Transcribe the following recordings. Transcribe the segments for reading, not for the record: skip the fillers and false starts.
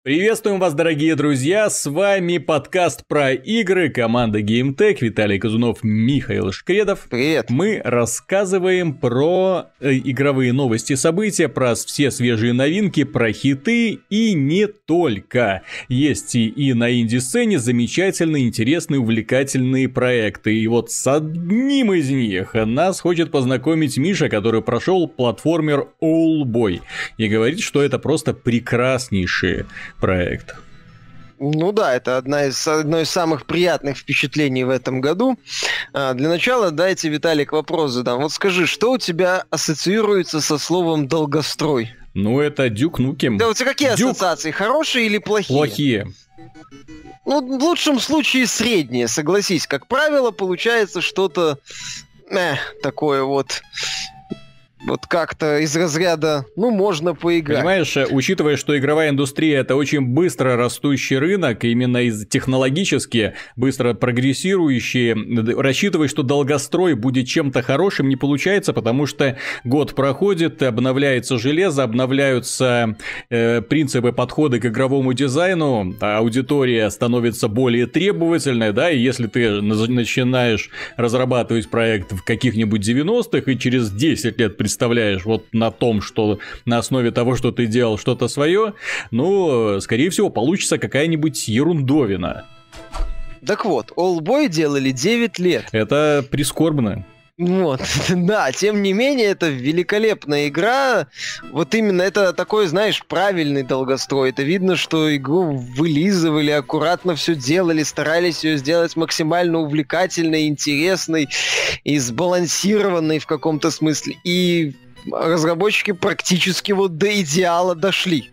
Приветствуем вас, дорогие друзья, с вами подкаст про игры, команда GameTech, Виталий Казунов, Михаил Шкредов. Привет. Мы рассказываем про игровые новости, события, про все свежие новинки, про хиты и не только. Есть и на инди-сцене замечательные, интересные, увлекательные проекты. И вот с одним из них нас хочет познакомить Миша, который прошел платформер Owlboy. И говорит, что это просто прекраснейшие проект. Ну да, это одно из самых приятных впечатлений в этом году. Для начала дайте, Виталик, вопрос задам. Вот скажи, что у тебя ассоциируется со словом «долгострой»? Ну, это Дюк Нукем. Да, у тебя какие ассоциации, хорошие или плохие? Плохие. Ну, в лучшем случае средние, согласись. Как правило, получается что-то такое вот... Вот как-то из разряда, ну, можно поиграть. Понимаешь, учитывая, что игровая индустрия – это очень быстро растущий рынок, именно из технологически быстро прогрессирующий, рассчитывать, что долгострой будет чем-то хорошим, не получается, потому что год проходит, обновляется железо, обновляются принципы подхода к игровому дизайну, аудитория становится более требовательной, да, и если ты начинаешь разрабатывать проект в каких-нибудь 90-х и через 10 лет представляешь вот на том, что на основе того, что ты делал, что-то свое, ну, скорее всего, получится какая-нибудь ерундовина. Так вот, Owlboy делали 9 лет. Это прискорбно. Вот, да, тем не менее, это великолепная игра. Вот именно это такой, знаешь, правильный долгострой. Это видно, что игру вылизывали, аккуратно все делали, старались ее сделать максимально увлекательной, интересной и сбалансированной в каком-то смысле. И разработчики практически вот до идеала дошли.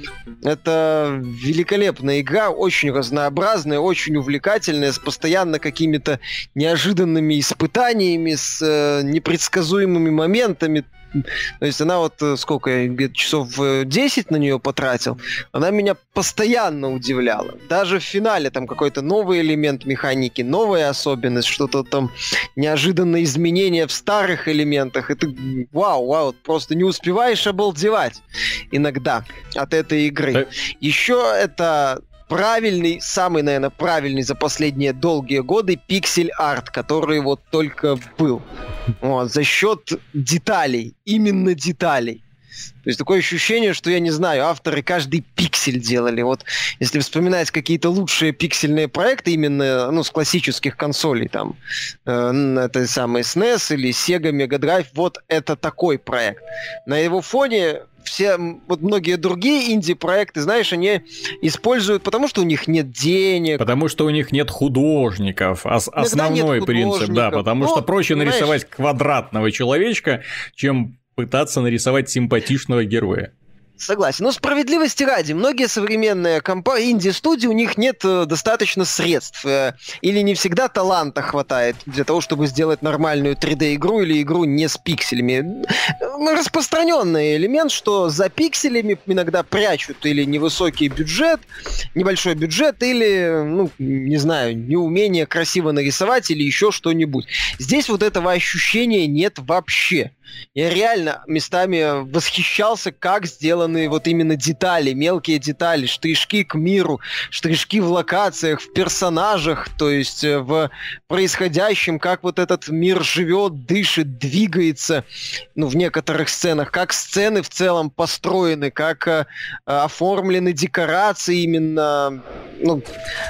Это великолепная игра, очень разнообразная, очень увлекательная, с постоянно какими-то неожиданными испытаниями, с непредсказуемыми моментами. То есть она вот, сколько я, где-то часов 10 на нее потратил, она меня постоянно удивляла. Даже в финале там какой-то новый элемент механики, новая особенность, что-то там неожиданное изменение в старых элементах. И ты, вау, просто не успеваешь обалдевать иногда от этой игры. Еще это... правильный, самый, наверное, правильный за последние долгие годы пиксель-арт, который вот только был. Вот, за счет деталей, именно деталей. То есть такое ощущение, что, я не знаю, авторы каждый пиксель делали. Вот если вспоминать какие-то лучшие пиксельные проекты именно, ну, с классических консолей, там, это самый SNES или Sega Mega Drive, вот это такой проект. На его фоне все, вот многие другие инди-проекты, знаешь, они используют, потому что у них нет денег. Потому что у них нет художников. Основной принцип, да, потому что проще нарисовать квадратного человечка, чем пытаться нарисовать симпатичного героя. Согласен. Но справедливости ради, многие современные инди-студии, у них нет достаточно средств. Или не всегда таланта хватает для того, чтобы сделать нормальную 3D-игру или игру не с пикселями. Распространенный элемент, что за пикселями иногда прячут или невысокий бюджет, небольшой бюджет, или, ну, не знаю, неумение красиво нарисовать или еще что-нибудь. Здесь вот этого ощущения нет вообще. Я реально местами восхищался, как сделаны вот именно детали, мелкие детали, штришки к миру, штришки в локациях, в персонажах, то есть в происходящем, как вот этот мир живет, дышит, двигается, ну, в некоторых сценах, как сцены в целом построены, как оформлены декорации именно, ну,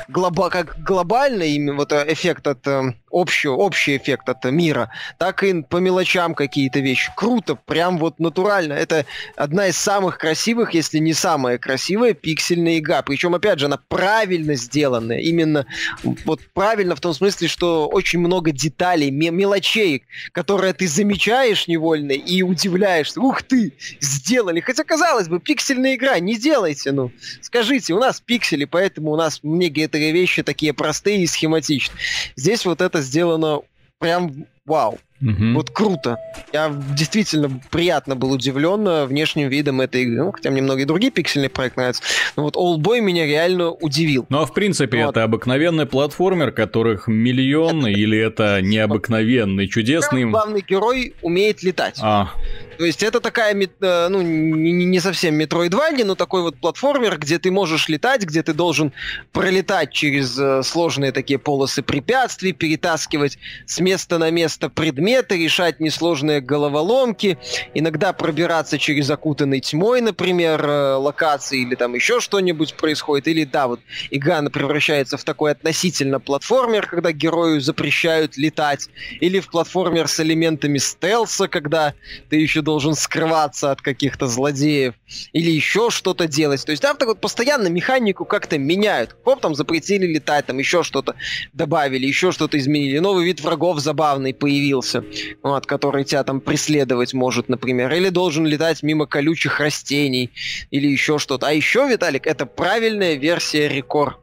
как глобально именно вот эффект от общий эффект от мира, так и по мелочам какие-то вещи. Круто, прям вот натурально. Это одна из самых красивых, если не самая красивая пиксельная игра. Причем, опять же, она правильно сделанная. Именно вот правильно в том смысле, что очень много деталей, мелочей, которые ты замечаешь невольно и удивляешься. Ух ты, сделали. Хотя, казалось бы, пиксельная игра, не делайте, ну. Скажите, у нас пиксели, поэтому у нас некоторые вещи такие простые и схематичные. Здесь вот это сделано прям вау. Вот круто. Я действительно приятно был удивлен внешним видом этой игры. Ну, хотя мне многие другие пиксельные проекты нравятся. Но вот Owlboy меня реально удивил. Ну, а в принципе, вот. Это обыкновенный платформер, которых миллион, или это необыкновенный, чудесный... Главный герой умеет летать. То есть это такая, ну, не совсем Metroidvania, но такой вот платформер, где ты можешь летать, где ты должен пролетать через сложные такие полосы препятствий, перетаскивать с места на место предметы, решать несложные головоломки, иногда пробираться через окутанный тьмой, например, локации, или там еще что-нибудь происходит, или да, вот игра превращается в такой относительно платформер, когда герою запрещают летать, или в платформер с элементами стелса, когда ты еще должен скрываться от каких-то злодеев, или еще что-то делать. То есть авторы вот постоянно механику как-то меняют. Хоп, там запретили летать, там еще что-то добавили, еще что-то изменили. Новый вид врагов забавный появился, вот, который тебя там преследовать может, например. Или должен летать мимо колючих растений, или еще что-то. А еще, Виталик, это правильная версия Рекор.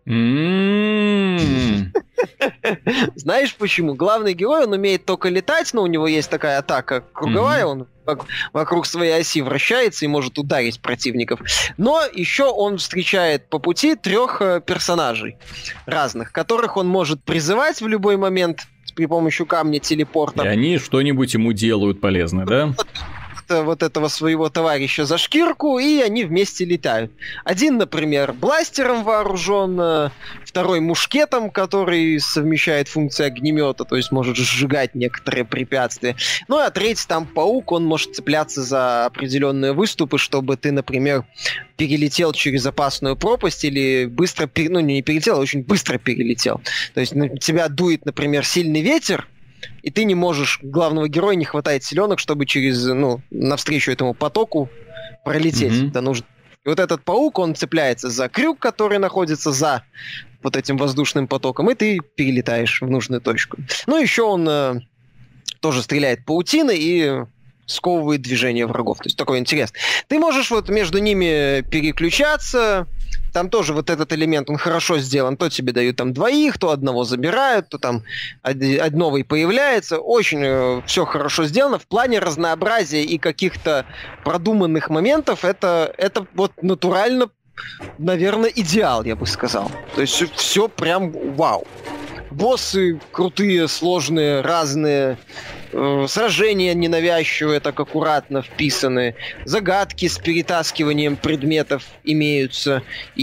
Знаешь почему? Главный герой, он умеет только летать, но у него есть такая атака круговая, он вокруг своей оси вращается и может ударить противников. Но еще он встречает по пути 3 персонажей разных, которых он может призывать в любой момент при помощи камня телепорта. И они что-нибудь ему делают полезное, да? Вот этого своего товарища за шкирку, и они вместе летают. Один, например, бластером вооружен, второй мушкетом, который совмещает функции огнемета, то есть может сжигать некоторые препятствия. Ну, а третий там паук, он может цепляться за определенные выступы, чтобы ты, например, перелетел через опасную пропасть или быстро, ну, не перелетел, а очень быстро перелетел. То есть на тебя дует, например, сильный ветер, и ты не можешь, главного героя не хватает силенок, чтобы через, ну, навстречу этому потоку пролететь. Это нужно. И вот этот паук, он цепляется за крюк, который находится за вот этим воздушным потоком, и ты перелетаешь в нужную точку. Ну, еще он тоже стреляет паутиной и сковывает движение врагов. То есть такой интерес. Ты можешь вот между ними переключаться. Там тоже вот этот элемент, он хорошо сделан. То тебе дают там 2, то одного забирают, то там новый появляется. Очень все хорошо сделано. В плане разнообразия и каких-то продуманных моментов это вот натурально, наверное, идеал, я бы сказал. То есть все прям вау. Боссы крутые, сложные, разные. Сражения ненавязчивые, так аккуратно вписаны. Загадки с перетаскиванием предметов имеются.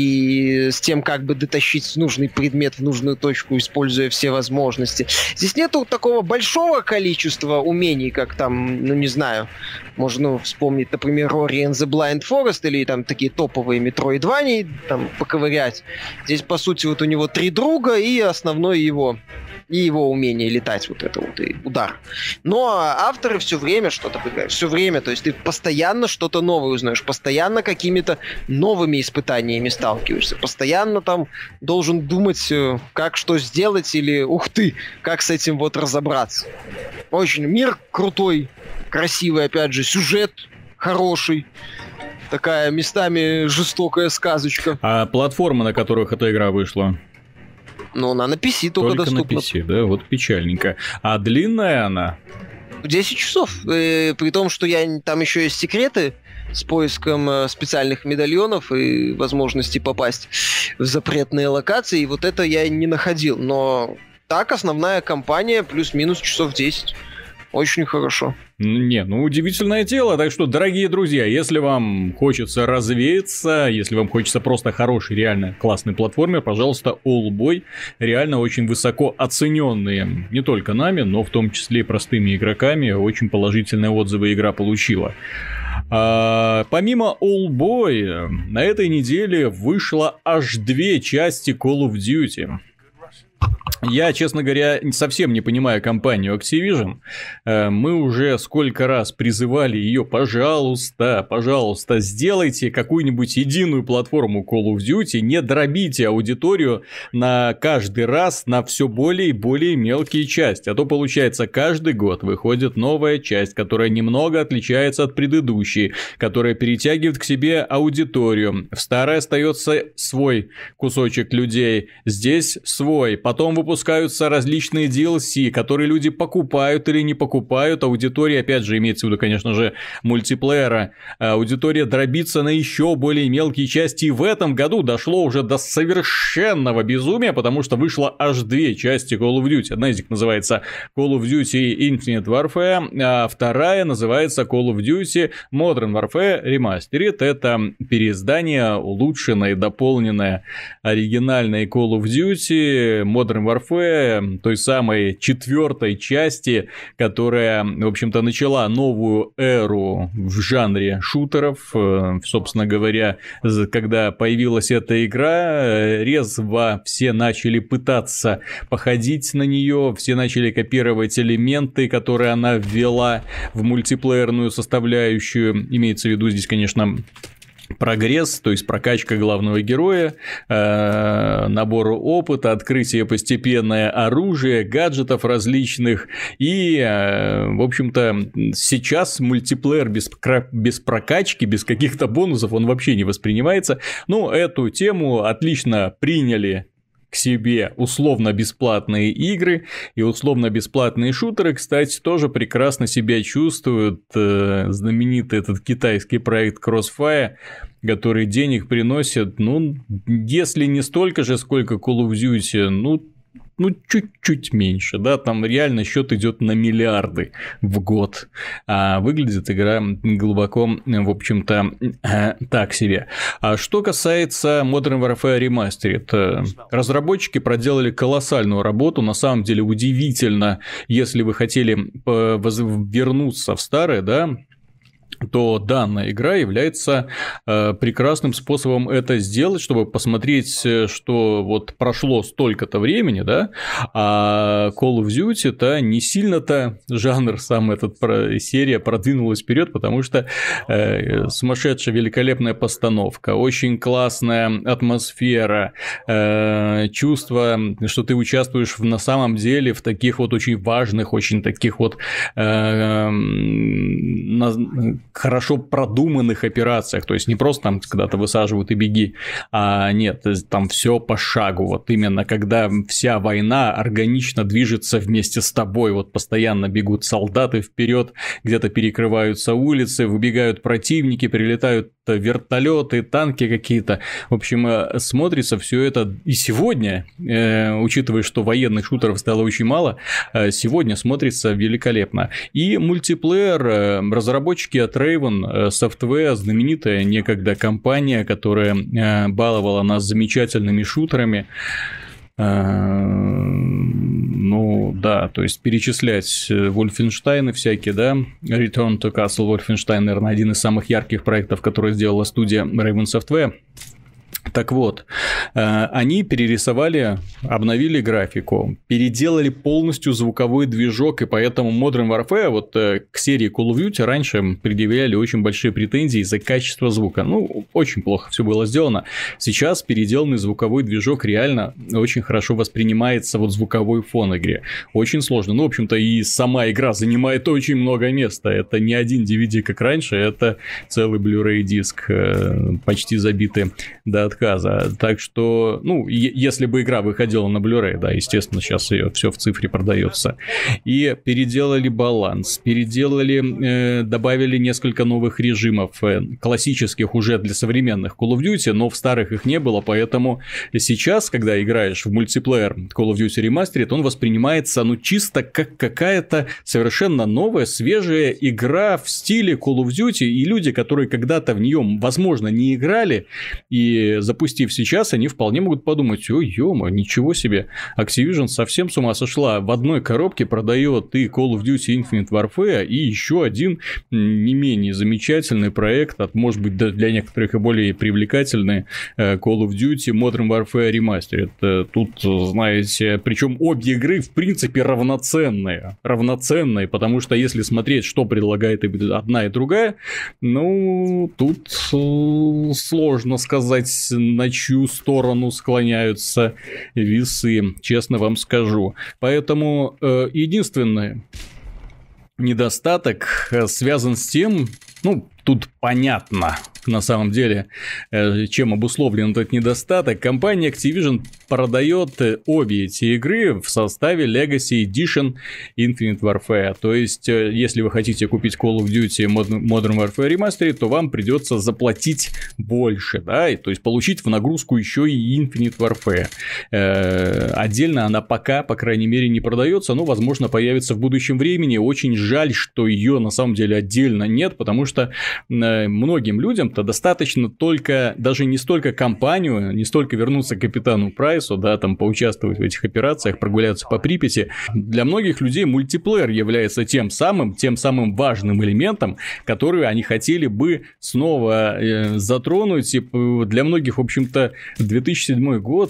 И с тем, как бы дотащить нужный предмет в нужную точку, используя все возможности. Здесь нету такого большого количества умений, как там, ну не знаю, можно вспомнить, например, Ori and the Blind Forest или там такие топовые Metroidvania, там поковырять. Здесь, по сути, вот у него 3 друга и основной его умение летать, вот это вот, и удар. Но авторы все время что-то предлагают, все время, то есть ты постоянно что-то новое узнаешь, постоянно какими-то новыми испытаниями сталкиваешься, постоянно там должен думать, как что сделать, или, ух ты, как с этим вот разобраться. Очень мир крутой, красивый, опять же, сюжет хороший, такая местами жестокая сказочка. А платформы, на которых эта игра вышла? Ну, она на PC только доступна. На PC, да? Вот печальненько. А длинная она? 10 часов. При том, что там еще есть секреты с поиском специальных медальонов и возможности попасть в запретные локации. И вот это я не находил. Но так, основная кампания плюс-минус часов 10. Очень хорошо. Не, ну удивительное дело. Так что, дорогие друзья, если вам хочется развеяться, если вам хочется просто хороший, реально классный платформер, пожалуйста, Owlboy. Реально очень высоко оцененные не только нами, но в том числе и простыми игроками. Очень положительные отзывы игра получила. Помимо Owlboy, на этой неделе вышло аж 2 части Call of Duty. Я, честно говоря, совсем не понимаю компанию Activision. Мы уже сколько раз призывали ее, пожалуйста, сделайте какую-нибудь единую платформу Call of Duty, не дробите аудиторию на каждый раз на все более и более мелкие части. А то получается, каждый год выходит новая часть, которая немного отличается от предыдущей, которая перетягивает к себе аудиторию. В старой остается свой кусочек людей, здесь свой. потом выпускаются различные DLC, которые люди покупают или не покупают, аудитория, опять же, имеется в виду, конечно же, мультиплеера, аудитория дробится на еще более мелкие части, и в этом году дошло уже до совершенного безумия, потому что вышло аж 2 части Call of Duty. Одна из них называется Call of Duty Infinite Warfare, а вторая называется Call of Duty Modern Warfare Remastered. Это переиздание, улучшенное, дополненное оригинальной Call of Duty Modern Warfare, той самой 4-й части, которая, в общем-то, начала новую эру в жанре шутеров. Собственно говоря, когда появилась эта игра, резво все начали пытаться походить на нее, все начали копировать элементы, которые она ввела в мультиплеерную составляющую. Имеется в виду здесь, конечно, прогресс, то есть прокачка главного героя, набор опыта, открытие постепенное оружия, гаджетов различных. И, в общем-то, сейчас мультиплеер без прокачки, без каких-то бонусов, он вообще не воспринимается. Ну, эту тему отлично приняли к себе условно-бесплатные игры, и условно-бесплатные шутеры, кстати, тоже прекрасно себя чувствуют. Знаменитый этот китайский проект Crossfire, который денег приносит, ну, если не столько же, сколько Call of Duty, ну, чуть-чуть меньше, да, там реально счет идет на миллиарды в год, а выглядит игра глубоко, в общем-то, так себе. А что касается Modern Warfare Remastered, разработчики проделали колоссальную работу, на самом деле удивительно, если вы хотели вернуться в старое, да, то данная игра является прекрасным способом это сделать, чтобы посмотреть, что вот прошло столько-то времени, да, а Call of Duty-то не сильно-то жанр, сам этот серия продвинулась вперед, потому что сумасшедшая великолепная постановка, очень классная атмосфера, чувство, что ты участвуешь на самом деле в таких вот очень важных, очень таких вот хорошо продуманных операциях, то есть не просто там когда-то высаживают и беги, а нет, там все по шагу, вот именно когда вся война органично движется вместе с тобой, вот постоянно бегут солдаты вперед, где-то перекрываются улицы, выбегают противники, прилетают вертолеты, танки какие-то, в общем, смотрится все это и сегодня, учитывая, что военных шутеров стало очень мало, сегодня смотрится великолепно. И мультиплеер, разработчики от Raven Software, знаменитая некогда компания, которая баловала нас замечательными шутерами. Ну, да, то есть перечислять Wolfenstein всякие, да, Return to Castle Wolfenstein, наверное, один из самых ярких проектов, который сделала студия Raven Software. Так вот, они перерисовали, обновили графику, переделали полностью звуковой движок, и поэтому Modern Warfare вот к серии Call of Duty раньше предъявляли очень большие претензии из-за качества звука. Ну, очень плохо все было сделано. Сейчас переделанный звуковой движок реально очень хорошо воспринимается вот звуковой фон игре. Очень сложно. Ну, в общем-то, и сама игра занимает очень много места. Это не один DVD, как раньше, это целый Blu-ray диск, почти забитый до отказа. Так что, ну, если бы игра выходила на Blu-ray, да, естественно, сейчас ее все в цифре продается. И переделали баланс, добавили несколько новых режимов, классических уже для современных Call of Duty, но в старых их не было, поэтому сейчас, когда играешь в мультиплеер Call of Duty Remastered, он воспринимается, ну, чисто как какая-то совершенно новая, свежая игра в стиле Call of Duty, и люди, которые когда-то в нее, возможно, не играли, и запустив сейчас, они вполне могут подумать: ой, ё-мо, ничего себе, Activision совсем с ума сошла, в одной коробке продает и Call of Duty Infinite Warfare, и еще один не менее замечательный проект, может быть, для некоторых и более привлекательный, Call of Duty Modern Warfare Remastered. Тут, знаете, причем обе игры в принципе равноценные, потому что если смотреть, что предлагает одна и другая, ну, тут сложно сказать, на чью сторону склоняются весы, честно вам скажу. Поэтому единственный недостаток связан с тем, ну, тут понятно, на самом деле, чем обусловлен этот недостаток. Компания Activision продает обе эти игры в составе Legacy Edition Infinite Warfare. То есть, если вы хотите купить Call of Duty Modern Warfare Remastered, то вам придется заплатить больше, да, и, то есть получить в нагрузку еще и Infinite Warfare. Отдельно она пока, по крайней мере, не продается, но, возможно, появится в будущем времени. Очень жаль, что ее на самом деле отдельно нет, потому что многим людям-то достаточно только, даже не столько компанию, не столько вернуться к капитану Прайсу, да, там поучаствовать в этих операциях, прогуляться по Припяти. Для многих людей мультиплеер является тем самым важным элементом, который они хотели бы снова затронуть. И для многих, в общем-то, 2007 год,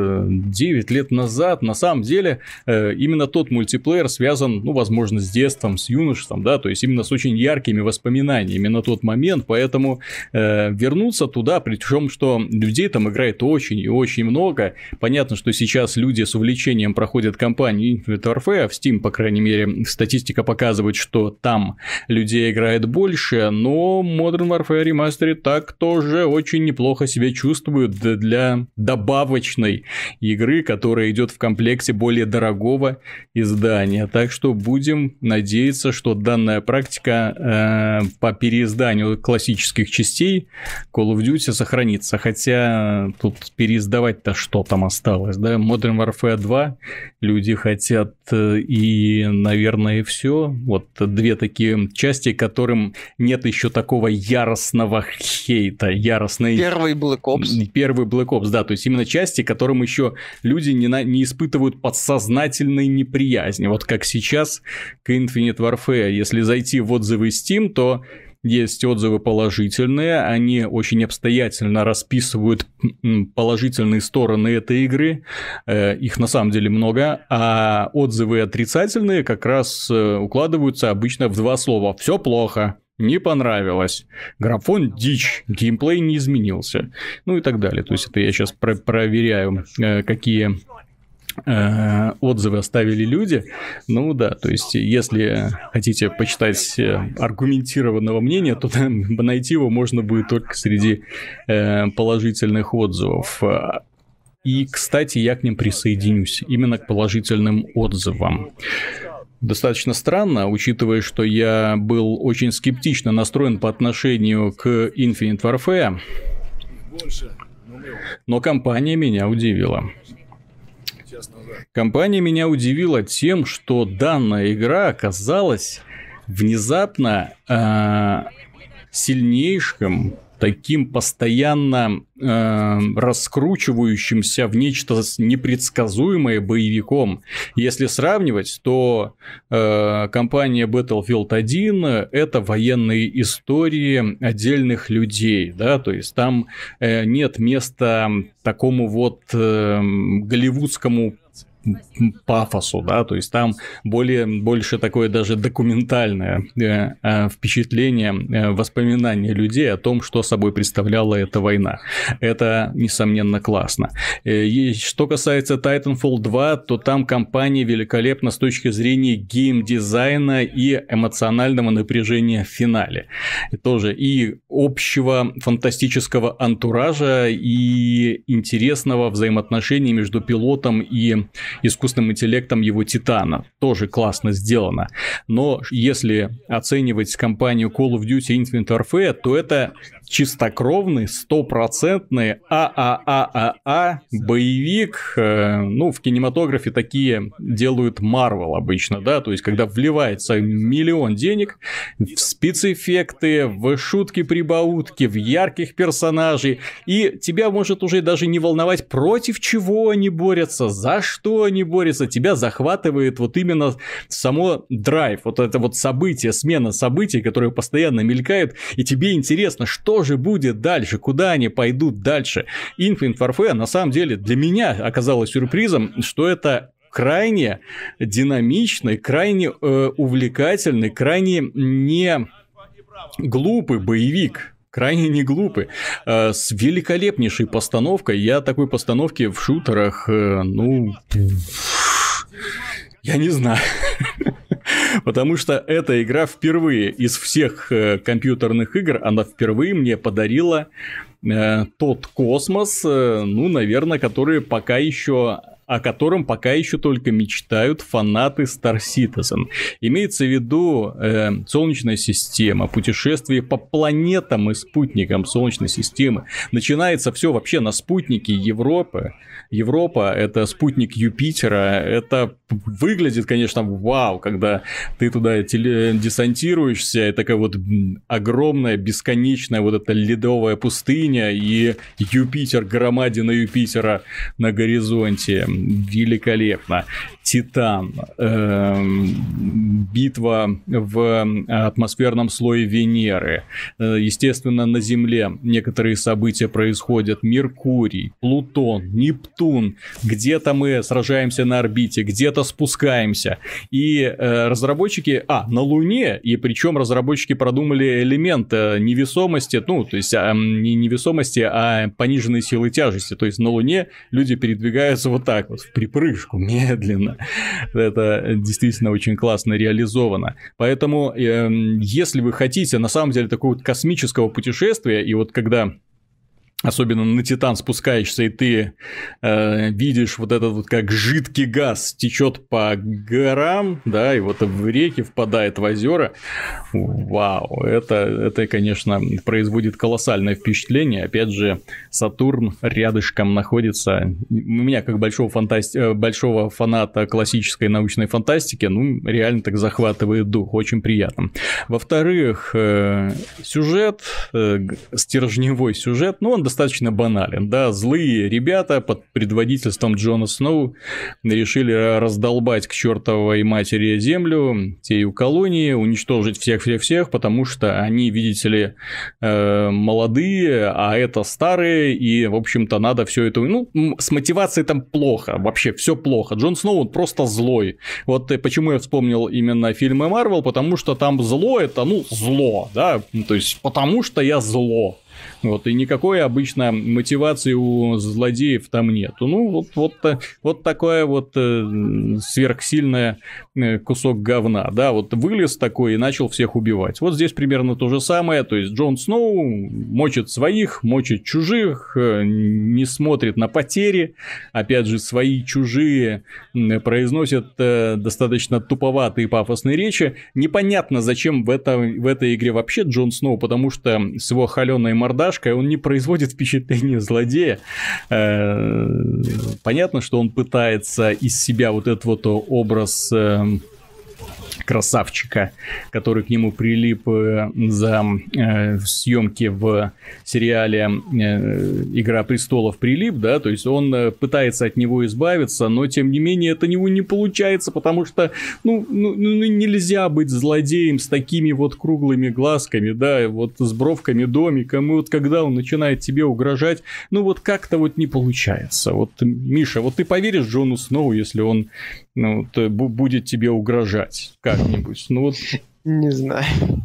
9 лет назад, на самом деле, именно тот мультиплеер связан, ну, возможно, с детством, с юношеством, да, то есть именно с очень яркими воспоминаниями на тот момент, поэтому вернуться туда, причем, что людей там играет очень и очень много. Понятно, что сейчас люди с увлечением проходят кампанию Infinite Warfare, в Steam, по крайней мере, статистика показывает, что там людей играет больше, но Modern Warfare Remastered так тоже очень неплохо себя чувствует для добавочной игры, которая идет в комплекте более дорогого издания. Так что будем надеяться, что данная практика по переизданию классических частей Call of Duty сохранится. Хотя тут переиздавать-то что там осталось, да? Modern Warfare 2 люди хотят, и, наверное, и все. Вот две такие части, которым нет еще такого яростного хейта, яростной... Первый Black Ops, да, то есть именно части, которым еще люди не испытывают подсознательной неприязни. Вот как сейчас к Infinite Warfare. Если зайти в отзывы Steam, то есть отзывы положительные, они очень обстоятельно расписывают положительные стороны этой игры, их на самом деле много, а отзывы отрицательные как раз укладываются обычно в два слова: «Все плохо», «Не понравилось», «Графон дичь», «Геймплей не изменился», ну и так далее. То есть это я сейчас проверяю, какие отзывы оставили люди. Ну да, то есть если хотите почитать аргументированного мнения, то найти его можно будет только среди положительных отзывов. И, кстати, я к ним присоединюсь, именно к положительным отзывам. Достаточно странно, учитывая, что я был очень скептично настроен по отношению к Infinite Warfare, но компания меня удивила. Компания меня удивила тем, что данная игра оказалась внезапно сильнейшим, таким постоянно раскручивающимся в нечто непредсказуемое боевиком. Если сравнивать, то компания Battlefield 1 — это военные истории отдельных людей, да, то есть там нет места такому вот голливудскому пафосу, да, то есть там больше такое даже документальное впечатление, воспоминания людей о том, что собой представляла эта война. Это, несомненно, классно. И что касается Titanfall 2, то там компания великолепна с точки зрения геймдизайна и эмоционального напряжения в финале. И тоже и общего фантастического антуража, и интересного взаимоотношения между пилотом и искусственным интеллектом его Титана. Тоже классно сделано. Но если оценивать компанию Call of Duty Infinite Warfare, то это чистокровный, стопроцентный боевик. Ну, в кинематографе такие делают Marvel обычно, да, то есть когда вливается миллион денег в спецэффекты, в шутки-прибаутки, в ярких персонажей, и тебя может уже даже не волновать, против чего они борются, за что они борются, тебя захватывает вот именно само драйв, вот это вот событие, смена событий, которые постоянно мелькают, и тебе интересно, что же будет дальше, куда они пойдут дальше. Infinite Warfare на самом деле для меня оказалось сюрпризом, что это крайне динамичный, крайне увлекательный, крайне не глупый боевик. Крайне не глупый, с великолепнейшей постановкой. Я такой постановки в шутерах, я не знаю. Потому что эта игра впервые из всех компьютерных игр, она впервые мне подарила тот космос, ну, наверное, о котором пока еще только мечтают фанаты Star Citizen. Имеется в виду Солнечная система, путешествие по планетам и спутникам Солнечной системы. Начинается все вообще на спутнике Европы. Европа — это спутник Юпитера. Это выглядит, конечно, вау, когда ты туда десантируешься, и такая вот огромная, бесконечная вот эта ледовая пустыня, и Юпитер, громадина Юпитера на горизонте. Великолепно. Титан, битва в атмосферном слое Венеры, естественно, на Земле некоторые события происходят, Меркурий, Плутон, Нептун, где-то мы сражаемся на орбите, где-то спускаемся, и разработчики, на Луне, и причем разработчики продумали элемент невесомости, ну, то есть не невесомости, а пониженной силы тяжести, то есть на Луне люди передвигаются вот так вот, в припрыжку, медленно. Это действительно очень классно реализовано. Поэтому, если вы хотите, на самом деле, такого вот космического путешествия, и вот когда... Особенно на Титан спускаешься, и ты видишь вот этот вот как жидкий газ течет по горам, да, и вот в реки впадает в озера. Вау, это, конечно, производит колоссальное впечатление. Опять же, Сатурн рядышком находится. У меня, как большого фаната классической научной фантастики, ну, реально так захватывает дух, очень приятно. Во-вторых, сюжет, стержневой сюжет, ну, он достаточно банален, да, злые ребята под предводительством Джона Сноу решили раздолбать к чертовой матери землю, тею колонии, уничтожить всех-всех-всех, потому что они, видите ли, молодые, а это старые, и, в общем-то, надо все это, ну, с мотивацией там плохо, вообще все плохо. Джон Сноу, он просто злой. Вот почему я вспомнил именно фильмы Марвел, потому что там зло, это, ну, зло, да, то есть, потому что я зло. Вот, и никакой обычно мотивации у злодеев там нету. Ну, вот такая вот сверхсильная кусок говна, да, вот вылез такой и начал всех убивать. Вот здесь примерно то же самое, то есть Джон Сноу мочит своих, мочит чужих, не смотрит на потери, опять же, свои чужие, произносят достаточно туповатые пафосные речи. Непонятно, зачем в этой игре вообще Джон Сноу, потому что с его холеной мордашкой он не производит впечатление злодея. Понятно, что он пытается из себя вот этот вот образ красавчика, который к нему прилип за съемки в сериале «Игра престолов» прилип, да, то есть он пытается от него избавиться, но тем не менее это у него не получается, потому что ну нельзя быть злодеем с такими вот круглыми глазками, да, вот с бровками домиком, и вот когда он начинает тебе угрожать, ну вот как-то вот не получается. Вот, Миша, вот ты поверишь Джону Сноу, если он будет тебе угрожать как-нибудь? Ну вот... Не знаю.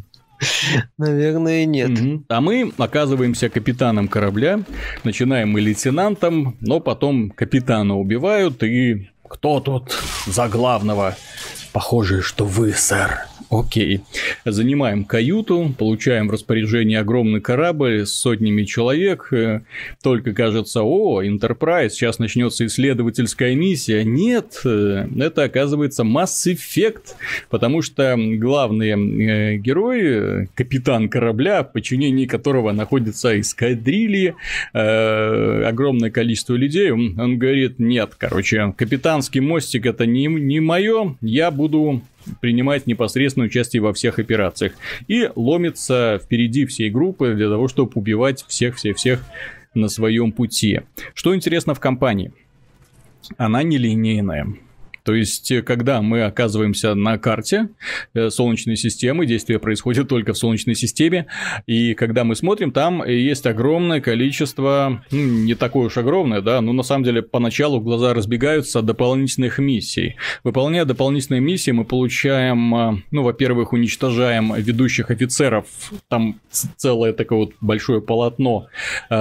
Наверное, нет. А мы оказываемся капитаном корабля, начинаем мы лейтенантом, но потом капитана убивают, и кто тут за главного? Похоже, что вы, сэр. Окей. Занимаем каюту, получаем в распоряжение огромный корабль с сотнями человек. Только кажется, Enterprise, сейчас начнется исследовательская миссия. Нет, это оказывается Mass Effect, потому что главный герой, капитан корабля, в подчинении которого находится эскадрилья, огромное количество людей, он говорит, нет, капитанский мостик это не мое, я буду принимать непосредственное участие во всех операциях. И ломится впереди всей группы для того, чтобы убивать всех на своем пути. Что интересно в кампании? Она нелинейная. То есть, когда мы оказываемся на карте Солнечной системы, действие происходит только в Солнечной системе, и когда мы смотрим, там есть огромное количество, не такое уж огромное, да, но на самом деле поначалу глаза разбегаются от дополнительных миссий. Выполняя дополнительные миссии, мы получаем, во-первых, уничтожаем ведущих офицеров, там целое такое вот большое полотно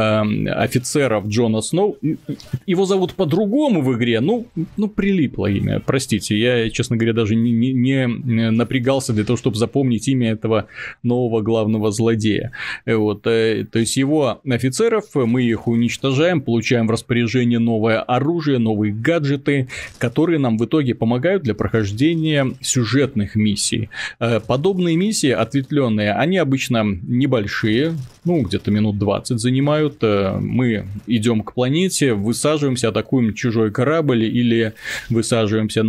офицеров Джона Сноу, его зовут по-другому в игре, прилипло имя. Простите, я, честно говоря, даже не напрягался для того, чтобы запомнить имя этого нового главного злодея. Вот. То есть его офицеров, мы их уничтожаем, получаем в распоряжение новое оружие, новые гаджеты, которые нам в итоге помогают для прохождения сюжетных миссий. Подобные миссии ответвленные, они обычно небольшие, где-то минут 20 занимают. Мы идем к планете, высаживаемся, атакуем чужой корабль или высаживаемся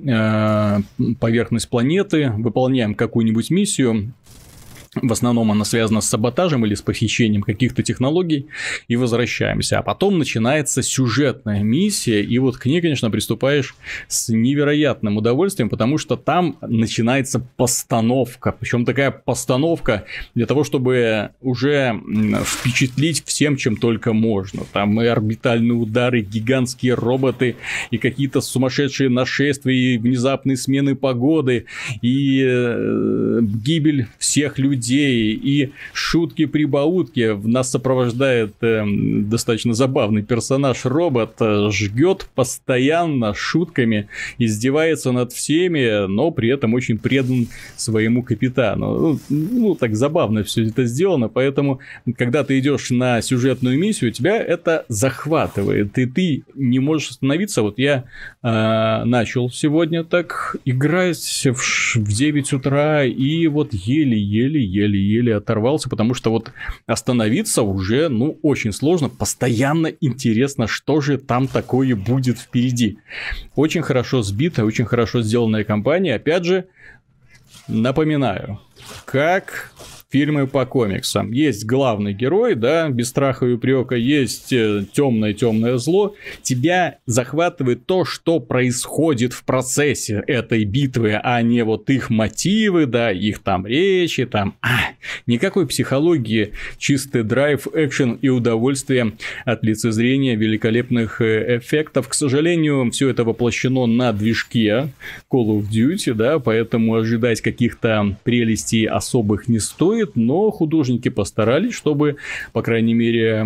на поверхность планеты, выполняем какую-нибудь миссию. В основном она связана с саботажем или с похищением каких-то технологий, и возвращаемся. А потом начинается сюжетная миссия, и вот к ней, конечно, приступаешь с невероятным удовольствием, потому что там начинается постановка. Причем такая постановка для того, чтобы уже впечатлить всем, чем только можно. Там и орбитальные удары, гигантские роботы, и какие-то сумасшедшие нашествия, и внезапные смены погоды, и гибель всех людей, и шутки-прибаутки. Нас сопровождает достаточно забавный персонаж робот, жгет постоянно шутками, издевается над всеми, но при этом очень предан своему капитану. Так забавно все это сделано, поэтому, когда ты идешь на сюжетную миссию, тебя это захватывает, и ты не можешь остановиться. Вот я начал сегодня так играть в 9 утра, и вот еле-еле оторвался, потому что вот остановиться уже, очень сложно, постоянно интересно, что же там такое будет впереди. Очень хорошо сбитая, очень хорошо сделанная кампания, опять же, напоминаю, как фильмы по комиксам. Есть главный герой, да, без страха и упрека, есть темное зло. Тебя захватывает то, что происходит в процессе этой битвы, а не вот их мотивы, да, их там речи, там. Никакой психологии, чистый драйв, экшен и удовольствие от лицезрения великолепных эффектов. К сожалению, все это воплощено на движке Call of Duty, да, поэтому ожидать каких-то прелестей особых не стоит. Но художники постарались, чтобы, по крайней мере,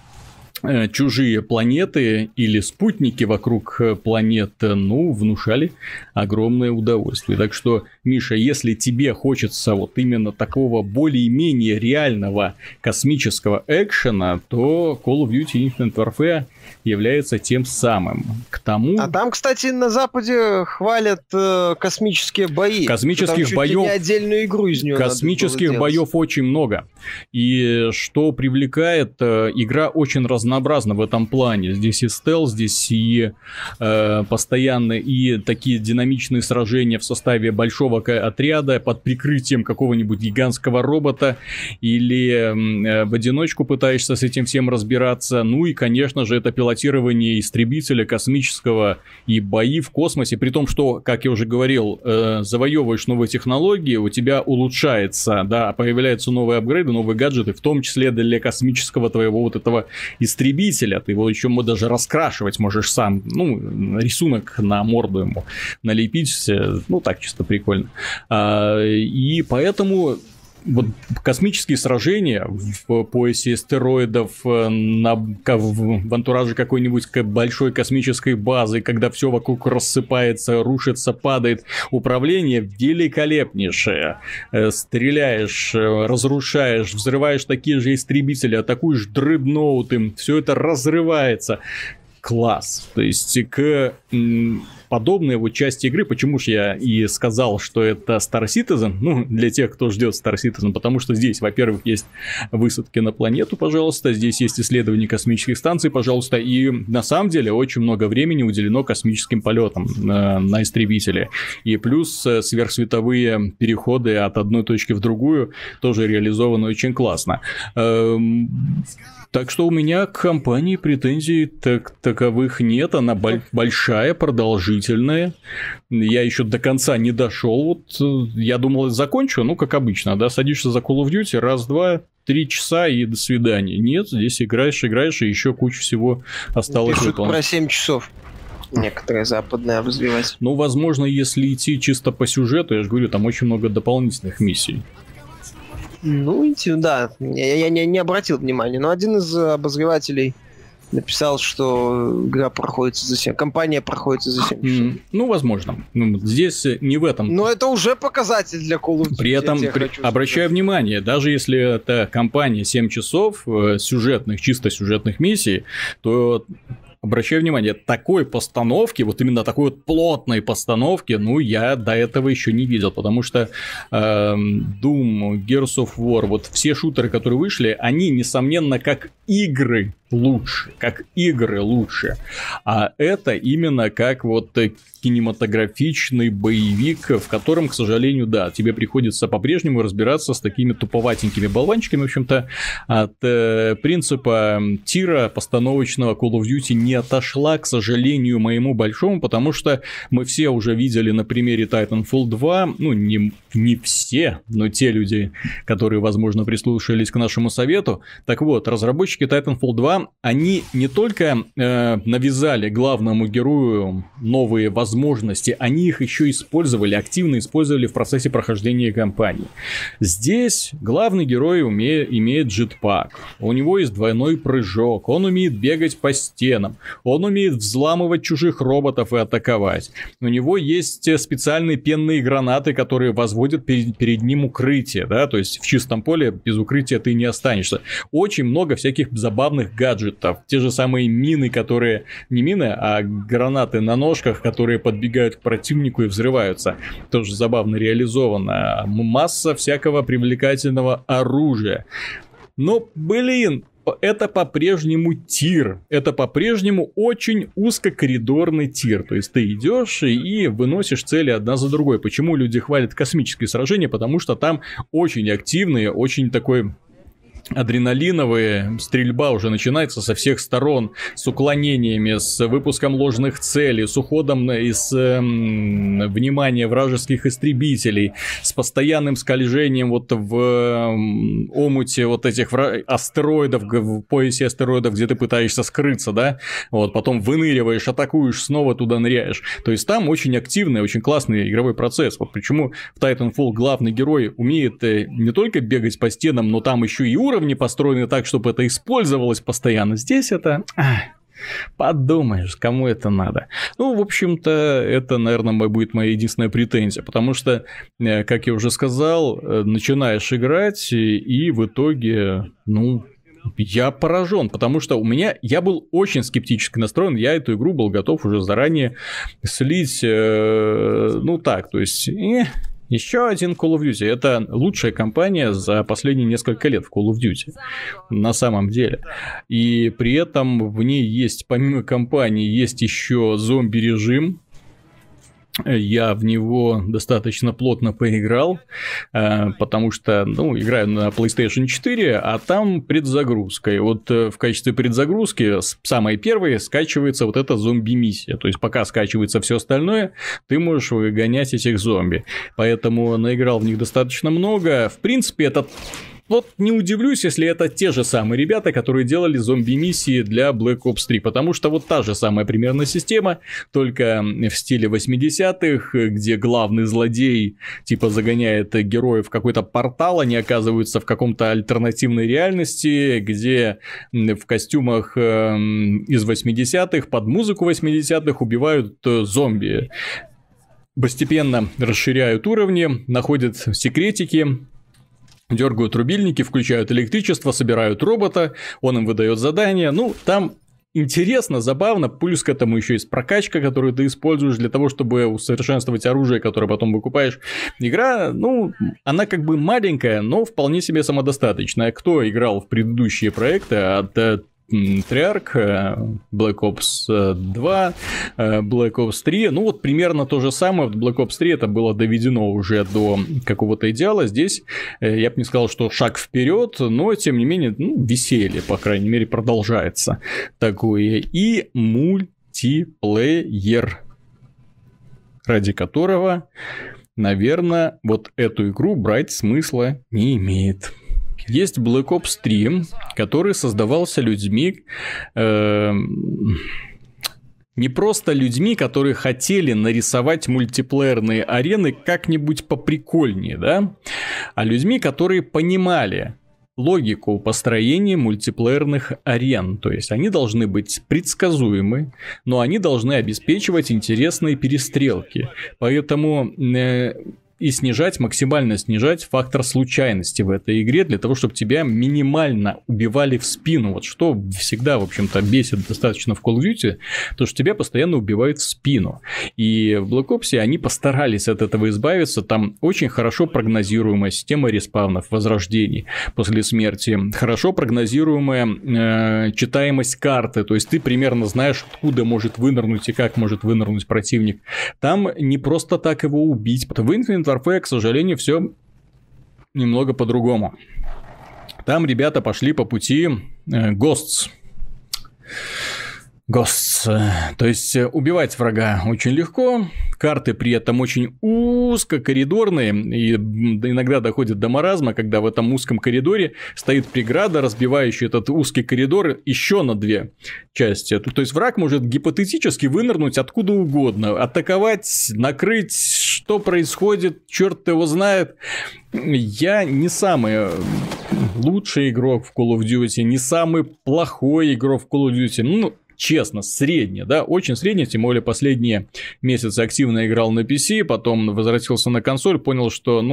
чужие планеты или спутники вокруг планет, внушали огромное удовольствие. Так что, Миша, если тебе хочется вот именно такого более-менее реального космического экшена, то Call of Duty Infinite Warfare является тем самым. К тому... А там, кстати, на Западе хвалят космические бои. Космических боев... отдельную игру из нее космических боев очень много. И что привлекает, игра очень разнообразна в этом плане. Здесь и стелс, здесь и постоянно и такие динамичные сражения в составе большого отряда под прикрытием какого-нибудь гигантского робота, или в одиночку пытаешься с этим всем разбираться. Ну и, конечно же, это пилотирование истребителя космического и бои в космосе, при том, что, как я уже говорил, завоевываешь новые технологии, у тебя улучшается, да, появляются новые апгрейды, новые гаджеты, в том числе для космического твоего вот этого истребителя. Ты его еще даже раскрашивать можешь сам, рисунок на морду ему налепить, так чисто прикольно. И поэтому вот космические сражения в поясе астероидов, в антураже какой-нибудь большой космической базы, когда все вокруг рассыпается, рушится, падает, управление великолепнейшее. Стреляешь, разрушаешь, взрываешь такие же истребители, атакуешь дредноуты, все это разрывается. Класс. То есть к подобной вот части игры, почему же я и сказал, что это Star Citizen, для тех, кто ждет Star Citizen, потому что здесь, во-первых, есть высадки на планету, пожалуйста, здесь есть исследования космических станций, пожалуйста, и на самом деле очень много времени уделено космическим полетам на истребителе, и плюс сверхсветовые переходы от одной точки в другую тоже реализованы очень классно. Так что у меня к компании претензий таковых нет. Она большая, продолжительная. Я еще до конца не дошел. Вот я думал, закончу. Как обычно, да, садишься за Call of Duty, раз, два, 3 часа и до свидания. Нет, здесь играешь, и еще куча всего осталось выполнить. Про 7 часов. Некоторые западные обозреватели. Возможно, если идти чисто по сюжету, я же говорю, там очень много дополнительных миссий. Да, я не обратил внимания, но один из обозревателей написал, что игра проходится за 7, компания проходится за 7 часов. Ну, возможно. Здесь не в этом. Но это уже показатель для Call of Duty. При этом, обращаю внимание, даже если это компания 7 часов сюжетных, чисто сюжетных миссий, то... Обращаю внимание, такой постановки, вот именно такой вот плотной постановки, ну, я до этого еще не видел, потому что Doom, Gears of War, вот все шутеры, которые вышли, они, несомненно, как игры лучше, а это именно как вот кинематографичный боевик, в котором, к сожалению, да, тебе приходится по-прежнему разбираться с такими туповатенькими болванчиками. В общем-то, от принципа тира постановочного Call of Duty не отошла, к сожалению, моему большому, потому что мы все уже видели на примере Titanfall 2, ну, не все, но те люди, которые, возможно, прислушались к нашему совету. Так вот, разработчики Titanfall 2, они не только навязали главному герою новые возможности, они их еще использовали, активно использовали в процессе прохождения кампании. Здесь главный герой имеет джетпак, у него есть двойной прыжок, он умеет бегать по стенам, он умеет взламывать чужих роботов и атаковать. У него есть специальные пенные гранаты, которые возводят перед ним укрытие, да, то есть в чистом поле без укрытия ты не останешься. Очень много всяких забавных гаджетов, те же самые мины, которые, не мины, а гранаты на ножках, которые подбегают к противнику и взрываются. Тоже забавно реализовано. Масса всякого привлекательного оружия. Но, блин, это по-прежнему тир. Это по-прежнему очень узкокоридорный тир. То есть ты идешь и выносишь цели одна за другой. Почему люди хвалят космические сражения? Потому что там очень активные, очень такой... адреналиновые, стрельба уже начинается со всех сторон, с уклонениями, с выпуском ложных целей, с уходом из внимания вражеских истребителей, с постоянным скольжением вот в омуте вот этих астероидов, в поясе астероидов, где ты пытаешься скрыться, да, вот, потом выныриваешь, атакуешь, снова туда ныряешь. То есть там очень активный, очень классный игровой процесс. Вот почему в Titanfall главный герой умеет не только бегать по стенам, но там еще и уровни построены так, чтобы это использовалось постоянно. Здесь это... подумаешь, кому это надо. Ну, в общем-то, это, наверное, будет моя единственная претензия, потому что, как я уже сказал, начинаешь играть, и в итоге, ну... я поражен, потому что я был очень скептически настроен, я эту игру был готов уже заранее слить, ну так, то есть... Еще один Call of Duty. Это лучшая кампания за последние несколько лет в Call of Duty. На самом деле. И при этом в ней есть, помимо кампании, есть еще зомби-режим. Я в него достаточно плотно поиграл, потому что, ну, играю на PlayStation 4, а там предзагрузка. И вот в качестве предзагрузки самой первой скачивается вот эта зомби-миссия. То есть, пока скачивается все остальное, ты можешь выгонять этих зомби. Поэтому наиграл в них достаточно много. В принципе, это... вот не удивлюсь, если это те же самые ребята, которые делали зомби-миссии для Black Ops 3, потому что вот та же самая примерно система, только в стиле 80-х, где главный злодей типа загоняет героев в какой-то портал, они оказываются в каком-то альтернативной реальности, где в костюмах из 80-х под музыку 80-х убивают зомби. Постепенно расширяют уровни, находят секретики, дергают рубильники, включают электричество, собирают робота, он им выдает задания. Ну, там интересно, забавно, плюс к этому еще есть прокачка, которую ты используешь для того, чтобы усовершенствовать оружие, которое потом выкупаешь. Игра, ну, она как бы маленькая, но вполне себе самодостаточная. Кто играл в предыдущие проекты от Treyarch, Black Ops 2, Black Ops 3, ну вот примерно то же самое. В Black Ops 3 это было доведено уже до какого-то идеала. Здесь я бы не сказал, что шаг вперед, но тем не менее, ну, веселье, по крайней мере, продолжается такое. И мультиплеер, ради которого, наверное, вот эту игру брать смысла не имеет. Есть Black Ops 3, который создавался людьми, не просто людьми, которые хотели нарисовать мультиплеерные арены как-нибудь поприкольнее, да, а людьми, которые понимали, логику построения мультиплеерных арен. То есть они должны быть предсказуемы, но они должны обеспечивать интересные перестрелки. Поэтому и максимально снижать фактор случайности в этой игре, для того, чтобы тебя минимально убивали в спину. Вот что всегда, в общем-то, бесит достаточно в Call of Duty, то, что тебя постоянно убивают в спину. И в Black Ops они постарались от этого избавиться. Там очень хорошо прогнозируемая система респаунов, возрождений после смерти. Хорошо прогнозируемая читаемость карты. То есть ты примерно знаешь, откуда может вынырнуть и как может вынырнуть противник. Там не просто так его убить. В Infinite Warfare, к сожалению, все немного по-другому. Там ребята пошли по пути Ghosts. То есть убивать врага очень легко, карты при этом очень узкокоридорные, и иногда доходит до маразма, когда в этом узком коридоре стоит преграда, разбивающая этот узкий коридор еще на две части. То есть враг может гипотетически вынырнуть откуда угодно, атаковать, накрыть, что происходит, черт его знает. Я не самый лучший игрок в Call of Duty, не самый плохой игрок в Call of Duty, честно, средний, да, очень средний, тем более последние месяцы активно играл на PC, потом возвратился на консоль, понял, что,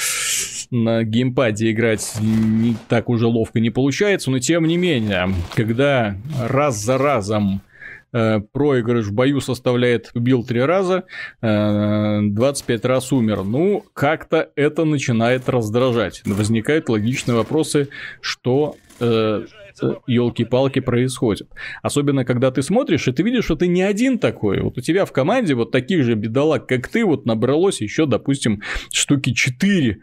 на геймпаде играть не так уже ловко не получается, но тем не менее, когда раз за разом проигрыш в бою составляет убил 3 раза, 25 раз умер. Как-то это начинает раздражать. Возникают логичные вопросы, что елки-палки происходит. Особенно, когда ты смотришь, и ты видишь, что ты не один такой. Вот у тебя в команде вот таких же бедолаг, как ты, вот набралось еще, допустим, штуки 4.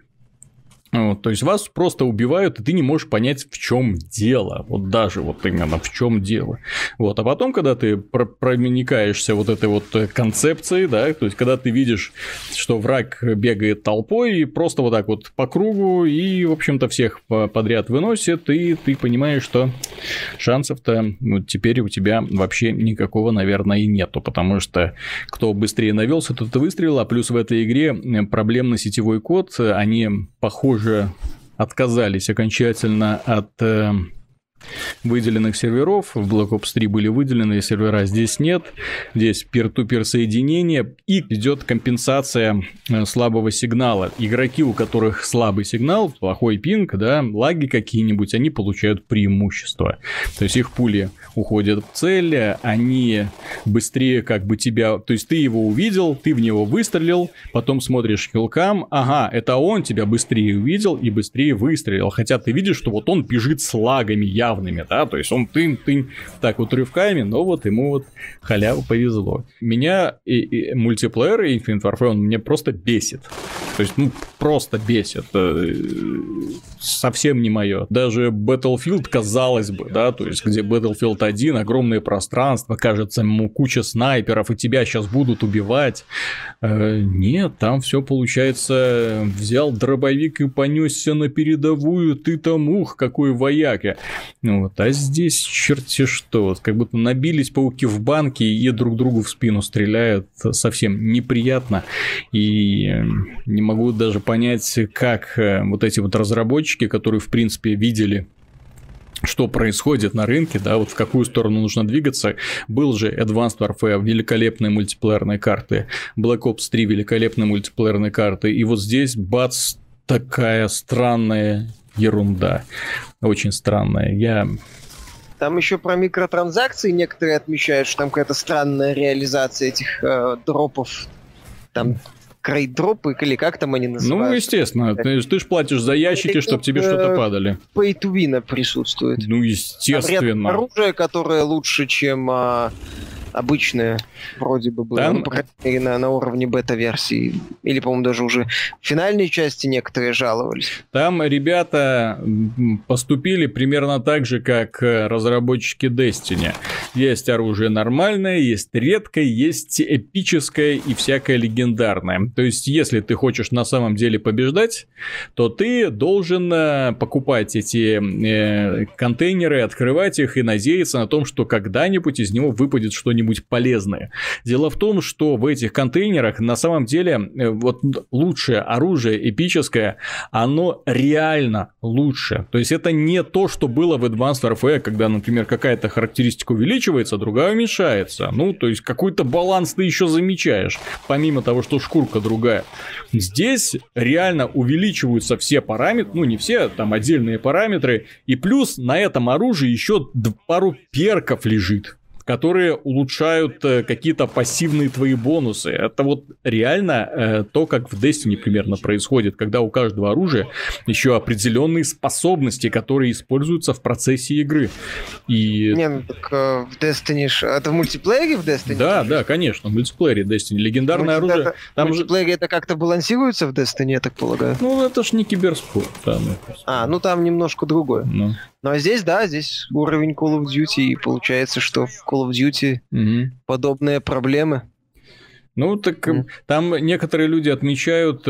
То есть вас просто убивают, и ты не можешь понять, в чем дело. Вот даже вот именно в чем дело. А потом, когда ты проникаешься вот этой вот концепцией, да, то есть когда ты видишь, что враг бегает толпой и просто вот так вот по кругу и, в общем-то, всех подряд выносит, и ты понимаешь, что шансов-то теперь у тебя вообще никакого, наверное, и нету, потому что кто быстрее навелся, тот и выстрелил, а плюс в этой игре проблемный сетевой код, они похожи отказались окончательно от выделенных серверов. В Black Ops 3 были выделенные сервера, здесь нет. Здесь peer-to-peer соединение, и идет компенсация слабого сигнала. Игроки, у которых слабый сигнал, плохой пинг, да, лаги какие-нибудь, они получают преимущество. То есть их пули уходят в цель, они быстрее как бы тебя... То есть ты его увидел, ты в него выстрелил, потом смотришь киллкам, ага, это он тебя быстрее увидел и быстрее выстрелил. Хотя ты видишь, что вот он бежит с лагами явными, да, то есть он тынь-тынь так вот рывками, но вот ему вот халяву повезло. Меня и мультиплеер и Infinite Warfare, он мне просто бесит. То есть, просто бесит. Совсем не мое. Даже Battlefield, казалось бы, да, то есть, где Battlefield 1, огромное пространство, кажется, ему куча снайперов, и тебя сейчас будут убивать. Нет, там все получается, взял дробовик и понесся на передовую, ты там, какой вояка. А здесь черти что, вот как будто набились пауки в банке и друг другу в спину стреляют, совсем неприятно, и не могу даже понять, как вот эти вот разработчики, которые в принципе видели, что происходит на рынке, да, вот в какую сторону нужно двигаться. Был же Advanced Warfare, великолепные мультиплеерные карты, Black Ops 3, великолепные мультиплеерные карты, и вот здесь, бац, такая странная ерунда. Очень странная. Там еще про микротранзакции некоторые отмечают, что там какая-то странная реализация этих дропов. Там крейт-дропы, или как там они называются? Естественно. Ты же платишь за ящики, чтобы тебе что-то падали. Pay to win присутствует. Естественно. Оружие, которое лучше, чем обычное, вроде бы было. Там... по крайней мере, на уровне бета-версии. Или, по-моему, даже уже в финальной части некоторые жаловались. Там ребята поступили примерно так же, как разработчики Destiny. Есть оружие нормальное, есть редкое, есть эпическое и всякое легендарное. То есть, если ты хочешь на самом деле побеждать, то ты должен покупать эти контейнеры, открывать их и надеяться на том, что когда-нибудь из него выпадет что-нибудь что-нибудь полезное. Дело в том, что в этих контейнерах на самом деле вот лучшее оружие, эпическое, оно реально лучше. То есть это не то, что было в Advanced Warfare, когда, например, какая-то характеристика увеличивается, а другая уменьшается. Ну, то есть какой-то баланс ты еще замечаешь, помимо того, что шкурка другая. Здесь реально увеличиваются все параметры, ну не все, там отдельные параметры, и плюс на этом оружии еще пару перков лежит, которые улучшают какие-то пассивные твои бонусы. Это вот реально то, как в Destiny примерно происходит, когда у каждого оружия еще определенные способности, которые используются в процессе игры. И... Не, ну так в Destiny... Это в мультиплеере в Destiny? Да, конечно, в мультиплеере Destiny. Легендарное оружие... В мультиплеере это как-то балансируется в Destiny, я так полагаю? Ну, это ж не киберспорт. Ну там немножко другое. Ну а здесь, да, здесь уровень Call of Duty, и получается, что в Call of Duty подобные проблемы. Ну, так там некоторые люди отмечают,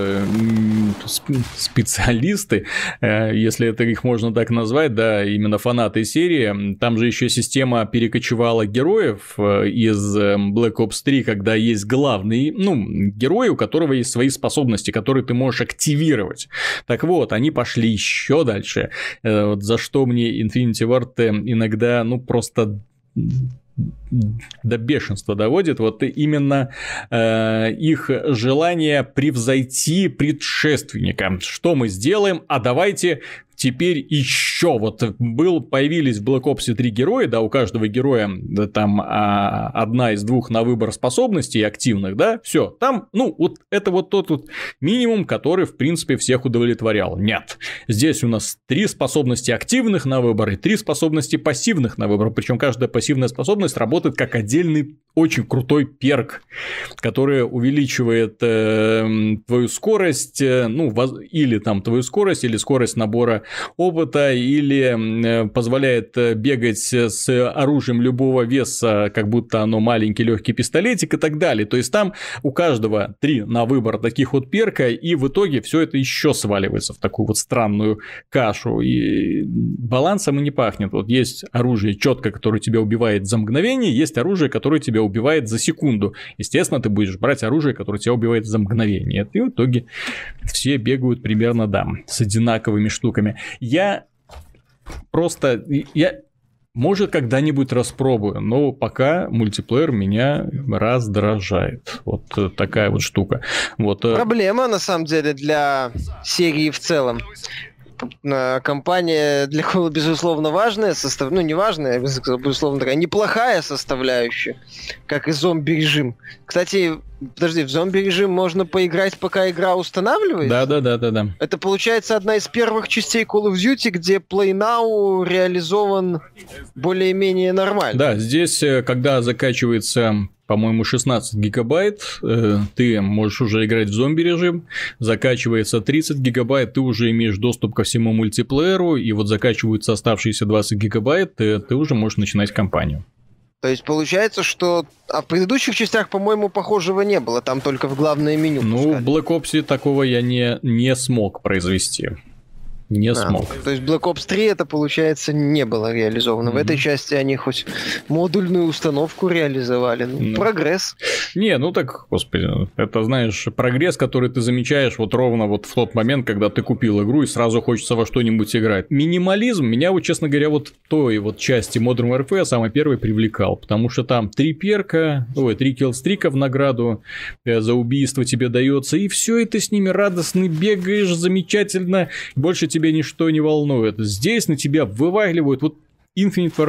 специалисты, если это их можно так назвать, да, именно фанаты серии, там же еще система перекочевала героев из Black Ops 3, когда есть главный, герой, у которого есть свои способности, которые ты можешь активировать. Так вот, они пошли еще дальше, вот за что мне Infinity Ward иногда, просто... до бешенства доводит вот именно их желание превзойти предшественника. Что мы сделаем? А давайте теперь еще вот появились в Black Ops 3 герои, да, у каждого героя там одна из двух на выбор способностей активных, да, все, там, вот это вот тот вот минимум, который, в принципе, всех удовлетворял. Нет, здесь у нас 3 способности активных на выбор и 3 способности пассивных на выбор, причем каждая пассивная способность работает как отдельный очень крутой перк, который увеличивает твою скорость, или там твою скорость, или скорость набора опыта, или позволяет бегать с оружием любого веса, как будто оно маленький легкий пистолетик и так далее. То есть там у каждого 3 на выбор таких вот перка, и в итоге все это еще сваливается в такую вот странную кашу. И балансом и не пахнет. Вот есть оружие четко, которое тебя убивает за мгновение, есть оружие, которое тебя убивает за секунду. Естественно, ты будешь брать оружие, которое тебя убивает за мгновение. И в итоге все бегают примерно, да, с одинаковыми штуками. Может, когда-нибудь распробую, но пока мультиплеер меня раздражает. Вот такая вот штука. Проблема, на самом деле, для серии в целом. Компания для Call, безусловно, важная, не важная, безусловно, такая неплохая составляющая, как и зомби-режим. Кстати, подожди, в зомби-режим можно поиграть, пока игра устанавливается? Да. Это, получается, одна из первых частей Call of Duty, где Play Now реализован более-менее нормально. Да, здесь, когда закачивается... по-моему, 16 гигабайт, ты можешь уже играть в зомби-режим, закачивается 30 гигабайт, ты уже имеешь доступ ко всему мультиплееру, и вот закачиваются оставшиеся 20 гигабайт, ты уже можешь начинать кампанию. То есть получается, что в предыдущих частях, по-моему, похожего не было, там только в главное меню пускали. В Black Ops такого я не смог произвести. Не смог. То есть Black Ops 3 это, получается, не было реализовано. В этой части они хоть модульную установку реализовали. Прогресс. Господи, это, знаешь, прогресс, который ты замечаешь вот ровно вот в тот момент, когда ты купил игру и сразу хочется во что-нибудь играть. Минимализм меня, вот, честно говоря, вот той вот части Modern Warfare самый первый привлекал, потому что там 3 киллстрика в награду за убийство тебе дается, и все, и ты с ними радостный бегаешь, замечательно, больше тебя ничто не волнует. Здесь на тебя вываливают вот Infinite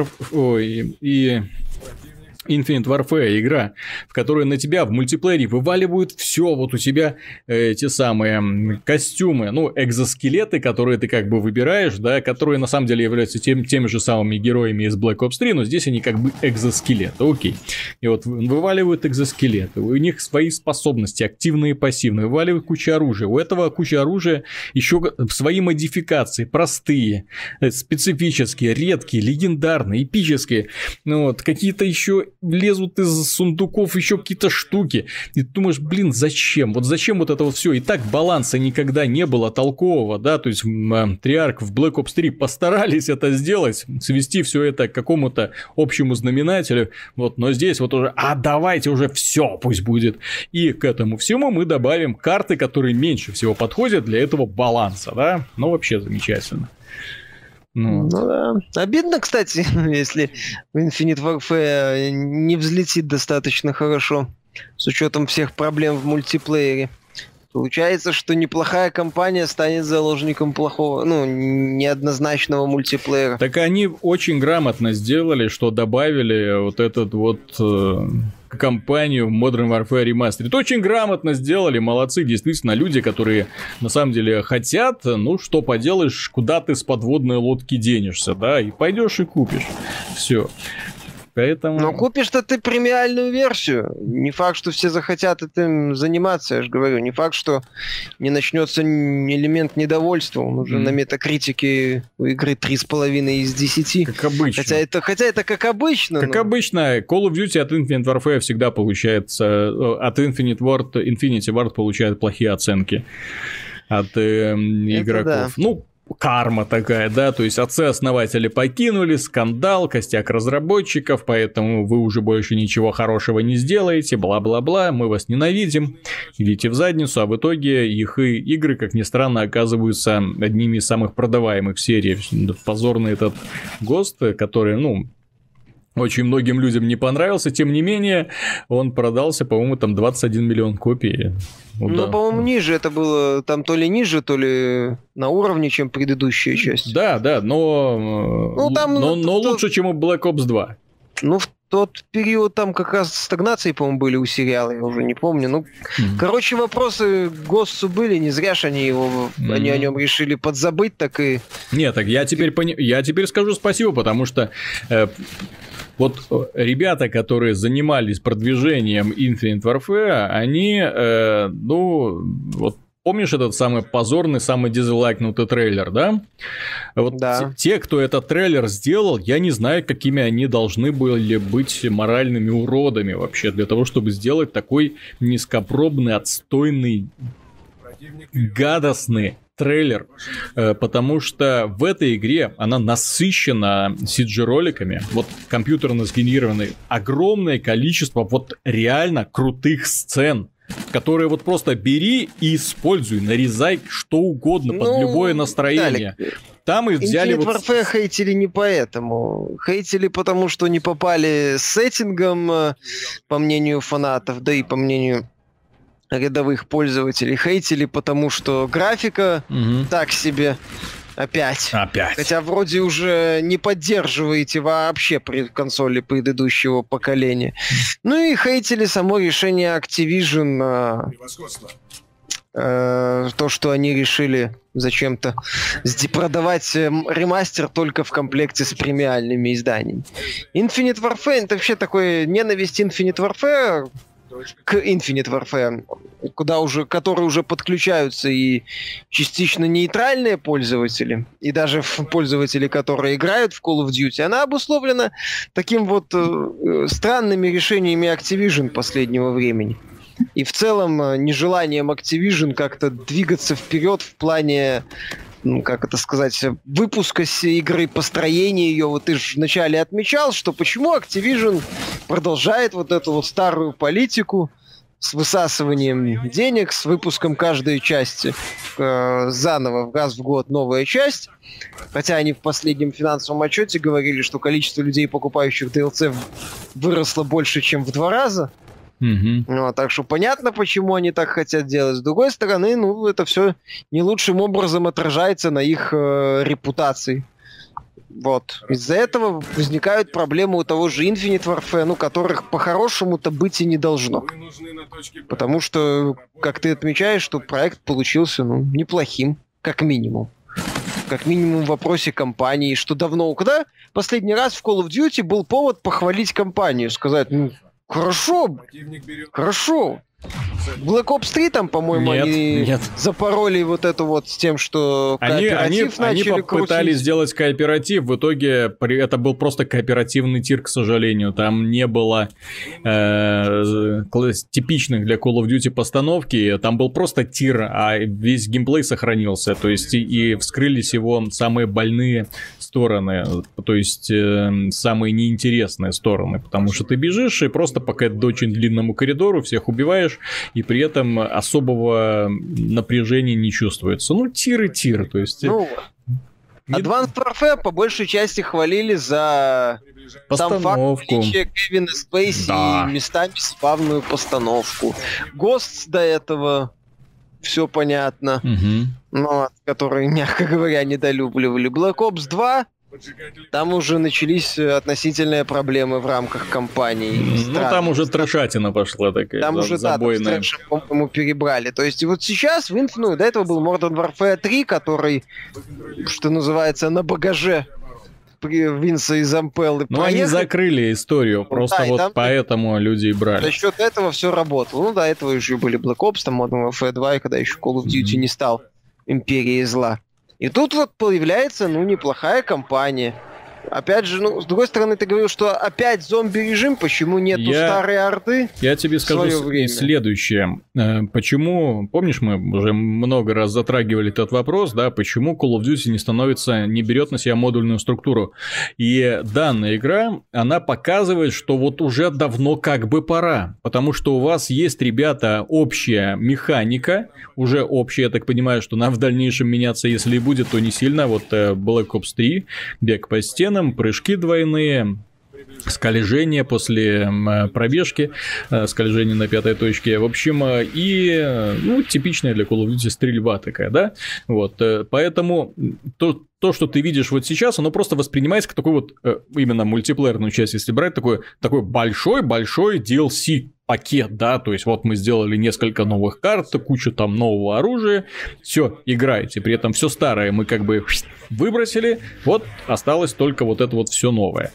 Warfare игра, в которой на тебя в мультиплеере вываливают все, вот у тебя те самые костюмы, экзоскелеты, которые ты как бы выбираешь, да, которые на самом деле являются теми же самыми героями из Black Ops 3, но здесь они как бы экзоскелеты, окей. И вот вываливают экзоскелеты, у них свои способности, активные и пассивные, вываливают кучу оружия, у этого куча оружия еще свои модификации, простые, специфические, редкие, легендарные, эпические, какие-то еще лезут из сундуков еще какие-то штуки. И ты думаешь, блин, зачем? Вот зачем вот это вот все? И так баланса никогда не было толкового, да, то есть Treyarch в Black Ops 3 постарались это сделать, свести все это к какому-то общему знаменателю, вот, но здесь вот уже, давайте уже все пусть будет. И к этому всему мы добавим карты, которые меньше всего подходят для этого баланса, да, ну вообще замечательно. Ну да. Обидно, кстати, если Infinite Warfare не взлетит достаточно хорошо, с учетом всех проблем в мультиплеере. Получается, что неплохая компания станет заложником плохого, неоднозначного мультиплеера. Так они очень грамотно сделали, что добавили вот этот вот компанию Modern Warfare Remastered. Очень грамотно сделали, молодцы, действительно, люди, которые на самом деле хотят, ну что поделаешь, куда ты с подводной лодки денешься, да, и пойдешь и купишь. Все. Поэтому... Но купишь-то ты премиальную версию. Не факт, что все захотят этим заниматься, я же говорю. Не факт, что не начнется элемент недовольства. Он уже на метакритике у игры 3,5 из 10. Как обычно. Хотя это как обычно. Как обычно, Call of Duty от Infinite Warfare всегда получается... От Infinity Ward получает плохие оценки от игроков. Да. Ну, карма такая, да, то есть отцы-основатели покинули, скандал, костяк разработчиков, поэтому вы уже больше ничего хорошего не сделаете, бла-бла-бла, мы вас ненавидим, идите в задницу, а в итоге их игры, как ни странно, оказываются одними из самых продаваемых в серии. Позорный этот Ghost, который, очень многим людям не понравился, тем не менее, он продался, по-моему, там 21 миллион копий. По-моему, ниже это было, там то ли ниже, то ли на уровне, чем предыдущая часть. Да, но лучше, чем у Black Ops 2. В тот период там как раз стагнации, по-моему, были у сериала, я уже не помню. Короче, вопросы к ГОСТу были, не зря же они о нем решили подзабыть, так и... Нет, так я теперь скажу спасибо, потому что... Вот ребята, которые занимались продвижением Infinite Warfare, они, помнишь этот самый позорный, самый дизлайкнутый трейлер, да? Вот да. Те, кто этот трейлер сделал, я не знаю, какими они должны были быть моральными уродами вообще, для того, чтобы сделать такой низкопробный, отстойный, гадостный трейлер, потому что в этой игре она насыщена CG-роликами, вот компьютерно сгенерированные, огромное количество вот реально крутых сцен, которые вот просто бери и используй, нарезай что угодно под любое настроение. Там и взяли Infinite Warfare хейтили не поэтому. Хейтили потому, что не попали с сеттингом, по мнению фанатов, да и по мнению рядовых пользователей. Хейтили, потому что графика так себе. Опять. Хотя вроде уже не поддерживаете вообще консоли предыдущего поколения. И хейтили само решение Activision. То, что они решили зачем-то продавать ремастер только в комплекте с премиальными изданиями. Infinite Warfare — это вообще такой ненависть Infinite Warfare к Infinite Warfare, которые уже подключаются и частично нейтральные пользователи, и даже пользователи, которые играют в Call of Duty, она обусловлена таким вот странными решениями Activision последнего времени. И в целом нежеланием Activision как-то двигаться вперед в плане, выпуска игры, построения ее. Вот ты же вначале отмечал, что почему Activision продолжает вот эту вот старую политику с высасыванием денег, с выпуском каждой части заново, раз в год новая часть. Хотя они в последнем финансовом отчете говорили, что количество людей, покупающих DLC, выросло больше, чем в 2 раза. Так что понятно, почему они так хотят делать. С другой стороны, это все не лучшим образом отражается на их репутации. Вот. Из-за этого возникают проблемы у того же Infinite Warfare, которых по-хорошему-то быть и не должно. Потому что, как ты отмечаешь, что проект получился, неплохим, как минимум. Как минимум в вопросе компании, что давно... Когда последний раз в Call of Duty был повод похвалить компанию, сказать, хорошо. Black Ops 3 там, по-моему, они запороли вот это вот с тем, что кооператив они попытались сделать кооператив, в итоге это был просто кооперативный тир, к сожалению. Там не было типичных для Call of Duty постановки, там был просто тир, а весь геймплей сохранился, то есть и вскрылись его самые больные стороны, то есть самые неинтересные стороны, потому что ты бежишь и просто по очень длинному коридору всех убиваешь, и при этом особого напряжения не чувствуется. Ну, тир и тир, то есть... Advanced Warfare по большей части хвалили за постановку. Сам факт Кевина Спейси и местами славную постановку. Ghosts до этого все понятно, но которые, мягко говоря, недолюбливали. Black Ops 2, там уже начались относительные проблемы в рамках кампании. Ну, там уже трэшатина пошла такая, там уже, забойная. Да, трэш, по-моему, перебрали. То есть, вот сейчас, до этого был Modern Warfare 3, который, что называется, на багаже Винса и Зампеллы. Ну, они закрыли историю, просто вот там, поэтому люди и брали. За счет этого все работало. Ну, до этого еще были Black Ops, там Modern Warfare 2, и когда еще Call of Duty не стал империей зла. И тут вот появляется, неплохая кампания. Опять же, с другой стороны, ты говорил, что опять зомби-режим, почему нету старой орды? Я тебе скажу следующее. Почему, помнишь, мы уже много раз затрагивали этот вопрос, да, почему Call of Duty не берет на себя модульную структуру? И данная игра, она показывает, что вот уже давно как бы пора, потому что у вас есть, ребята, общая механика, уже общая, я так понимаю, что она в дальнейшем меняться, если и будет, то не сильно, вот Black Ops 3, бег по стенам, прыжки двойные, скольжение после пробежки, скольжение на пятой точке, в общем, и типичная для Call of Duty стрельба такая, да, вот, поэтому то, что ты видишь вот сейчас, оно просто воспринимается как такой вот, именно мультиплеерную часть, если брать, такой большой-большой DLC пакет, да, то есть вот мы сделали несколько новых карт, кучу там нового оружия, все, играйте, при этом все старое мы как бы выбросили, вот осталось только вот это вот все новое.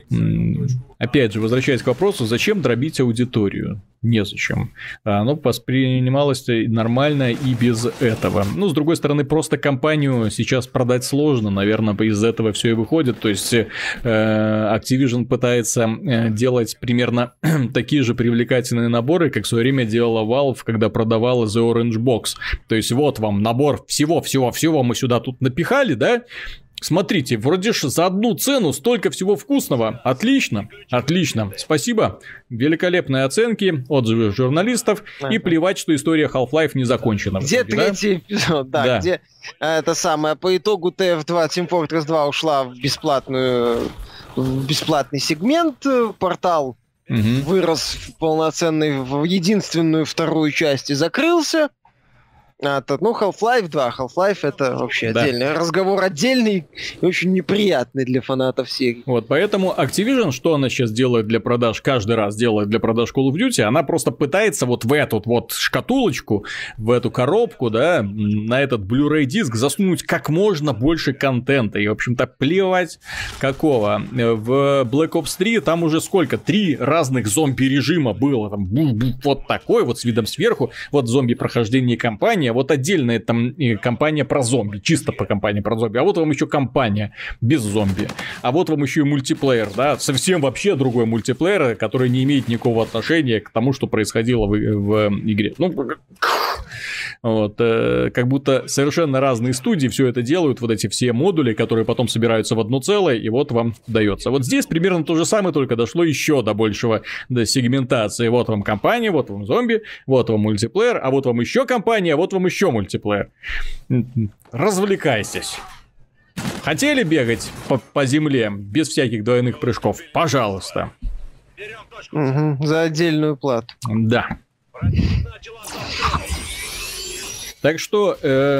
Опять же, возвращаясь к вопросу, зачем дробить аудиторию? Незачем. Оно воспринималось нормально и без этого. Ну, с другой стороны, просто компанию сейчас продать сложно, наверное, из-за этого все и выходит. То есть, Activision пытается делать примерно такие же привлекательные наборы, как в свое время делала Valve, когда продавала The Orange Box. То есть, вот вам набор всего мы сюда тут напихали, да? Смотрите, вроде ж за одну цену столько всего вкусного. Отлично, отлично. Спасибо. Великолепные оценки, отзывы журналистов. И плевать, что история Half-Life не закончена. Где третий эпизод, да, где это самое, по итогу TF2, Team Fortress 2 ушла в бесплатный сегмент, портал вырос в полноценный, в единственную вторую часть и закрылся. Half-Life 2. Half-Life это вообще отдельный разговор, отдельный и очень неприятный для фанатов серии. Вот, поэтому Activision, что она сейчас делает для продаж, каждый раз делает для продаж Call of Duty, она просто пытается вот в эту вот шкатулочку, в эту коробку, да, на этот Blu-ray диск засунуть как можно больше контента. И, в общем-то, плевать какого. В Black Ops 3 там уже сколько? 3 разных зомби-режима было. Там вот такой вот с видом сверху, вот зомби-прохождение кампании, вот отдельная там кампания про зомби, чисто по кампании про зомби, а вот вам еще кампания без зомби, а вот вам еще и мультиплеер, да, совсем вообще другой мультиплеер, который не имеет никакого отношения к тому, что происходило в игре. Вот, как будто совершенно разные студии все это делают, вот эти все модули, которые потом собираются в одно целое, и вот вам дается. Вот здесь примерно то же самое, только дошло еще до большего, до сегментации. Вот вам компания, вот вам зомби, вот вам мультиплеер, а вот вам еще компания, а вот вам еще мультиплеер. Развлекайтесь. Хотели бегать по земле без всяких двойных прыжков? Пожалуйста. За отдельную плату. Да. Так что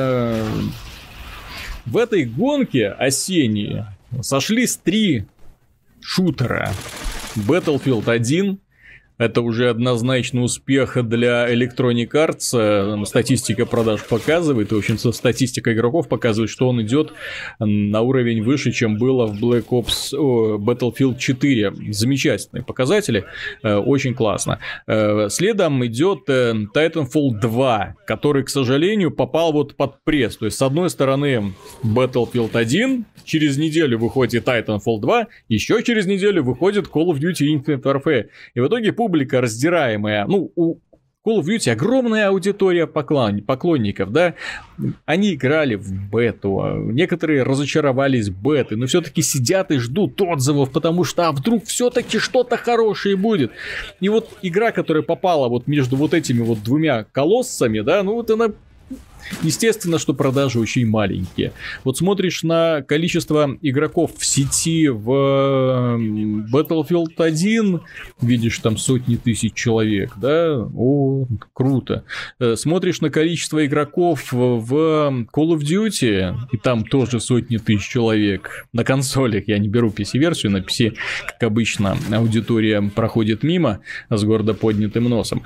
в этой гонке осенней сошлись 3 шутера. Battlefield 1, Это уже однозначно успех для Electronic Arts. Статистика продаж показывает, и, в общем-то, статистика игроков показывает, что он идет на уровень выше, чем было в Battlefield 4. Замечательные показатели, очень классно. Следом идет Titanfall 2, который, к сожалению, попал вот под пресс. То есть, с одной стороны, Battlefield 1, через неделю выходит Titanfall 2, еще через неделю выходит Call of Duty Infinite Warfare. И в итоге публика раздираемая, ну, у Call of Duty огромная аудитория поклонников, да, они играли в бету, некоторые разочаровались в беты, но все-таки сидят и ждут отзывов, потому что вдруг все-таки что-то хорошее будет. И вот игра, которая попала вот между вот этими вот двумя колоссами, да, ну вот она... Естественно, что продажи очень маленькие. Вот смотришь на количество игроков в сети в Battlefield 1, видишь там сотни тысяч человек, да? О, круто. Смотришь на количество игроков в Call of Duty, и там тоже сотни тысяч человек. На консолях, я не беру PC-версию, на PC, как обычно, аудитория проходит мимо с гордо поднятым носом.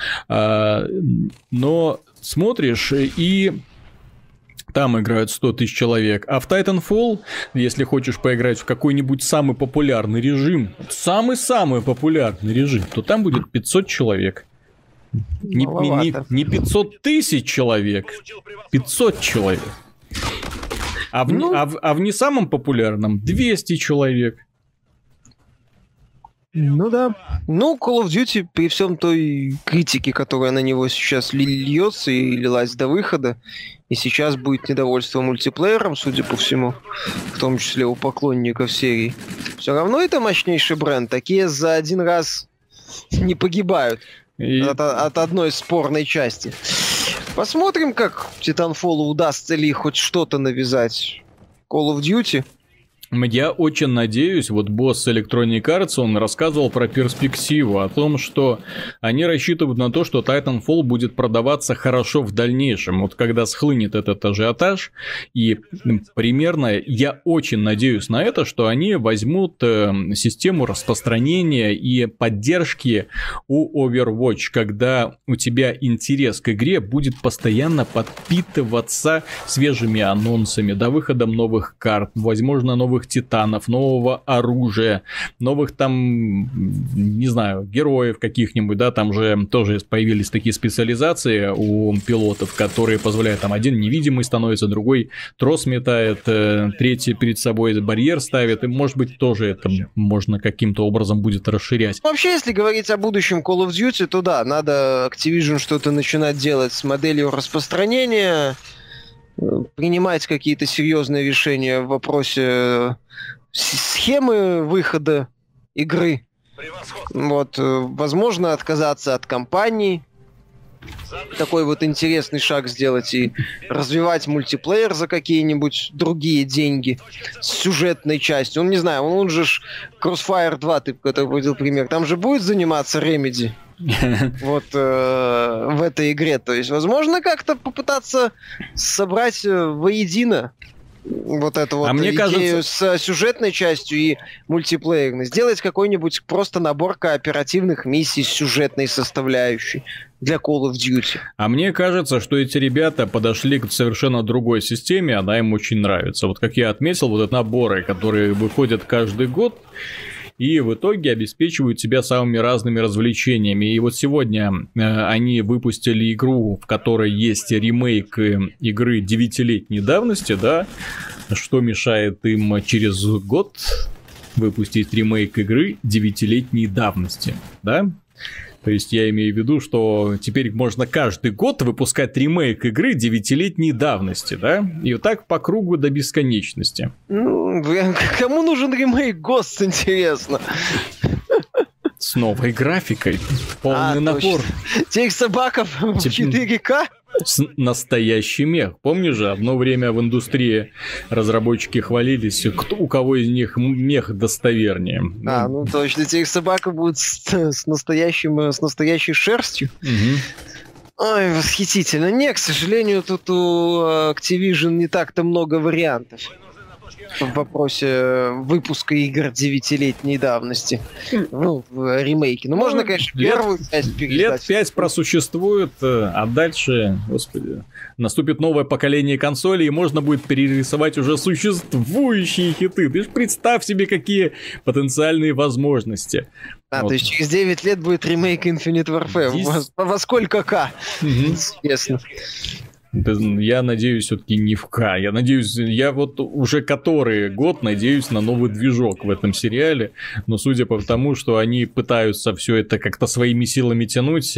Но смотришь, и там играют 100 тысяч человек. А в Titanfall, если хочешь поиграть в какой-нибудь самый популярный режим, самый-самый популярный режим, то там будет 500 человек. Не 500 тысяч человек, 500 человек. А в не самом популярном 200 человек. Ну да. Ну, Call of Duty, при всем той критике, которая на него сейчас льется и лилась до выхода, и сейчас будет недовольство мультиплеером, судя по всему, в том числе у поклонников серии, все равно это мощнейший бренд. Такие за один раз не погибают от одной спорной части. Посмотрим, как Titanfall удастся ли хоть что-то навязать Call of Duty. Я очень надеюсь, вот босс Electronic Arts, он рассказывал про перспективу, о том, что они рассчитывают на то, что Titanfall будет продаваться хорошо в дальнейшем. Вот когда схлынет этот ажиотаж, и примерно я очень надеюсь на это, что они возьмут систему распространения и поддержки у Overwatch, когда у тебя интерес к игре будет постоянно подпитываться свежими анонсами, до выходом новых карт, возможно, новых титанов, нового оружия, новых там, не знаю, героев каких-нибудь, да, там же тоже появились такие специализации у пилотов, которые позволяют, там, один невидимый становится, другой трос метает, третий перед собой барьер ставит, и, может быть, тоже это можно каким-то образом будет расширять. Вообще, если говорить о будущем Call of Duty, то да, надо Activision что-то начинать делать с моделью распространения, принимать какие-то серьезные решения в вопросе схемы выхода игры. Вот, возможно, отказаться от кампании. Такой вот интересный шаг сделать и развивать мультиплеер за какие-нибудь другие деньги с сюжетной частью. Он, не знаю, он же Crossfire 2, ты который приводил пример, там же будет заниматься Remedy. Вот в этой игре. То есть, возможно, как-то попытаться собрать воедино вот эту вот идею кажется... с сюжетной частью и мультиплеерной. Сделать какой-нибудь просто набор кооперативных миссий с сюжетной составляющей для Call of Duty. А мне кажется, что эти ребята подошли к совершенно другой системе, она им очень нравится. Вот как я отметил, вот эти наборы, которые выходят каждый год, и в итоге обеспечивают тебя самыми разными развлечениями. И вот сегодня они выпустили игру, в которой есть ремейк игры 9-летней давности, да? Что мешает им через год выпустить ремейк игры 9-летней давности, да? То есть я имею в виду, что теперь можно каждый год выпускать ремейк игры 9-летней давности, да? И вот так по кругу до бесконечности. Ну, кому нужен ремейк Ghost, интересно? С новой графикой. Полный набор. Тех собаков в 4К? Настоящий мех. Помнишь же, одно время в индустрии разработчики хвалились, у кого из них мех достовернее. Ну точно, тех собак будут с настоящей шерстью. Угу. Ой, восхитительно. Не, к сожалению, тут у Activision не так-то много вариантов. в вопросе выпуска игр 9-летней давности. Ну, в ремейке. Ну, можно, конечно, первую часть переиздать. Лет 5 просуществует, а дальше, господи, наступит новое поколение консолей, и можно будет перерисовать уже существующие хиты. Ты же представь себе, какие потенциальные возможности. То есть через 9 лет будет ремейк Infinite Warfare. Во сколько К? Интересно. Я надеюсь, все-таки не в К. Я надеюсь, я вот уже который год надеюсь на новый движок в этом сериале. Но судя по тому, что они пытаются все это как-то своими силами тянуть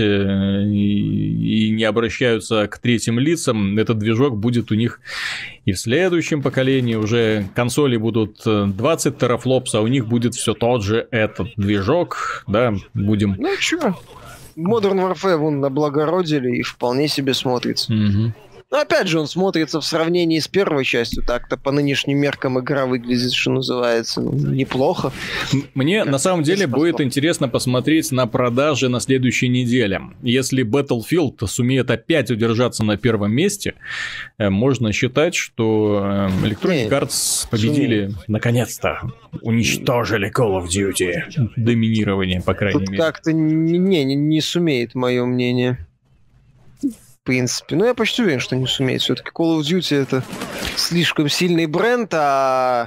и не обращаются к третьим лицам, этот движок будет у них и в следующем поколении. Уже консоли будут 20 терафлопс, а у них будет все тот же этот движок. Да, будем... Ну чё? Modern Warfare вон облагородили и вполне себе смотрится. Но опять же, он смотрится в сравнении с первой частью. Так-то по нынешним меркам игра выглядит, что называется, неплохо. Мне на самом деле будет интересно посмотреть на продажи на следующей неделе. Если Battlefield сумеет опять удержаться на первом месте, можно считать, что Electronic Arts победили, наконец-то, уничтожили Call of Duty. Доминирование, по крайней мере. Как-то не сумеет, мое мнение. В принципе. Но я почти уверен, что не сумеет. Все-таки Call of Duty это слишком сильный бренд, а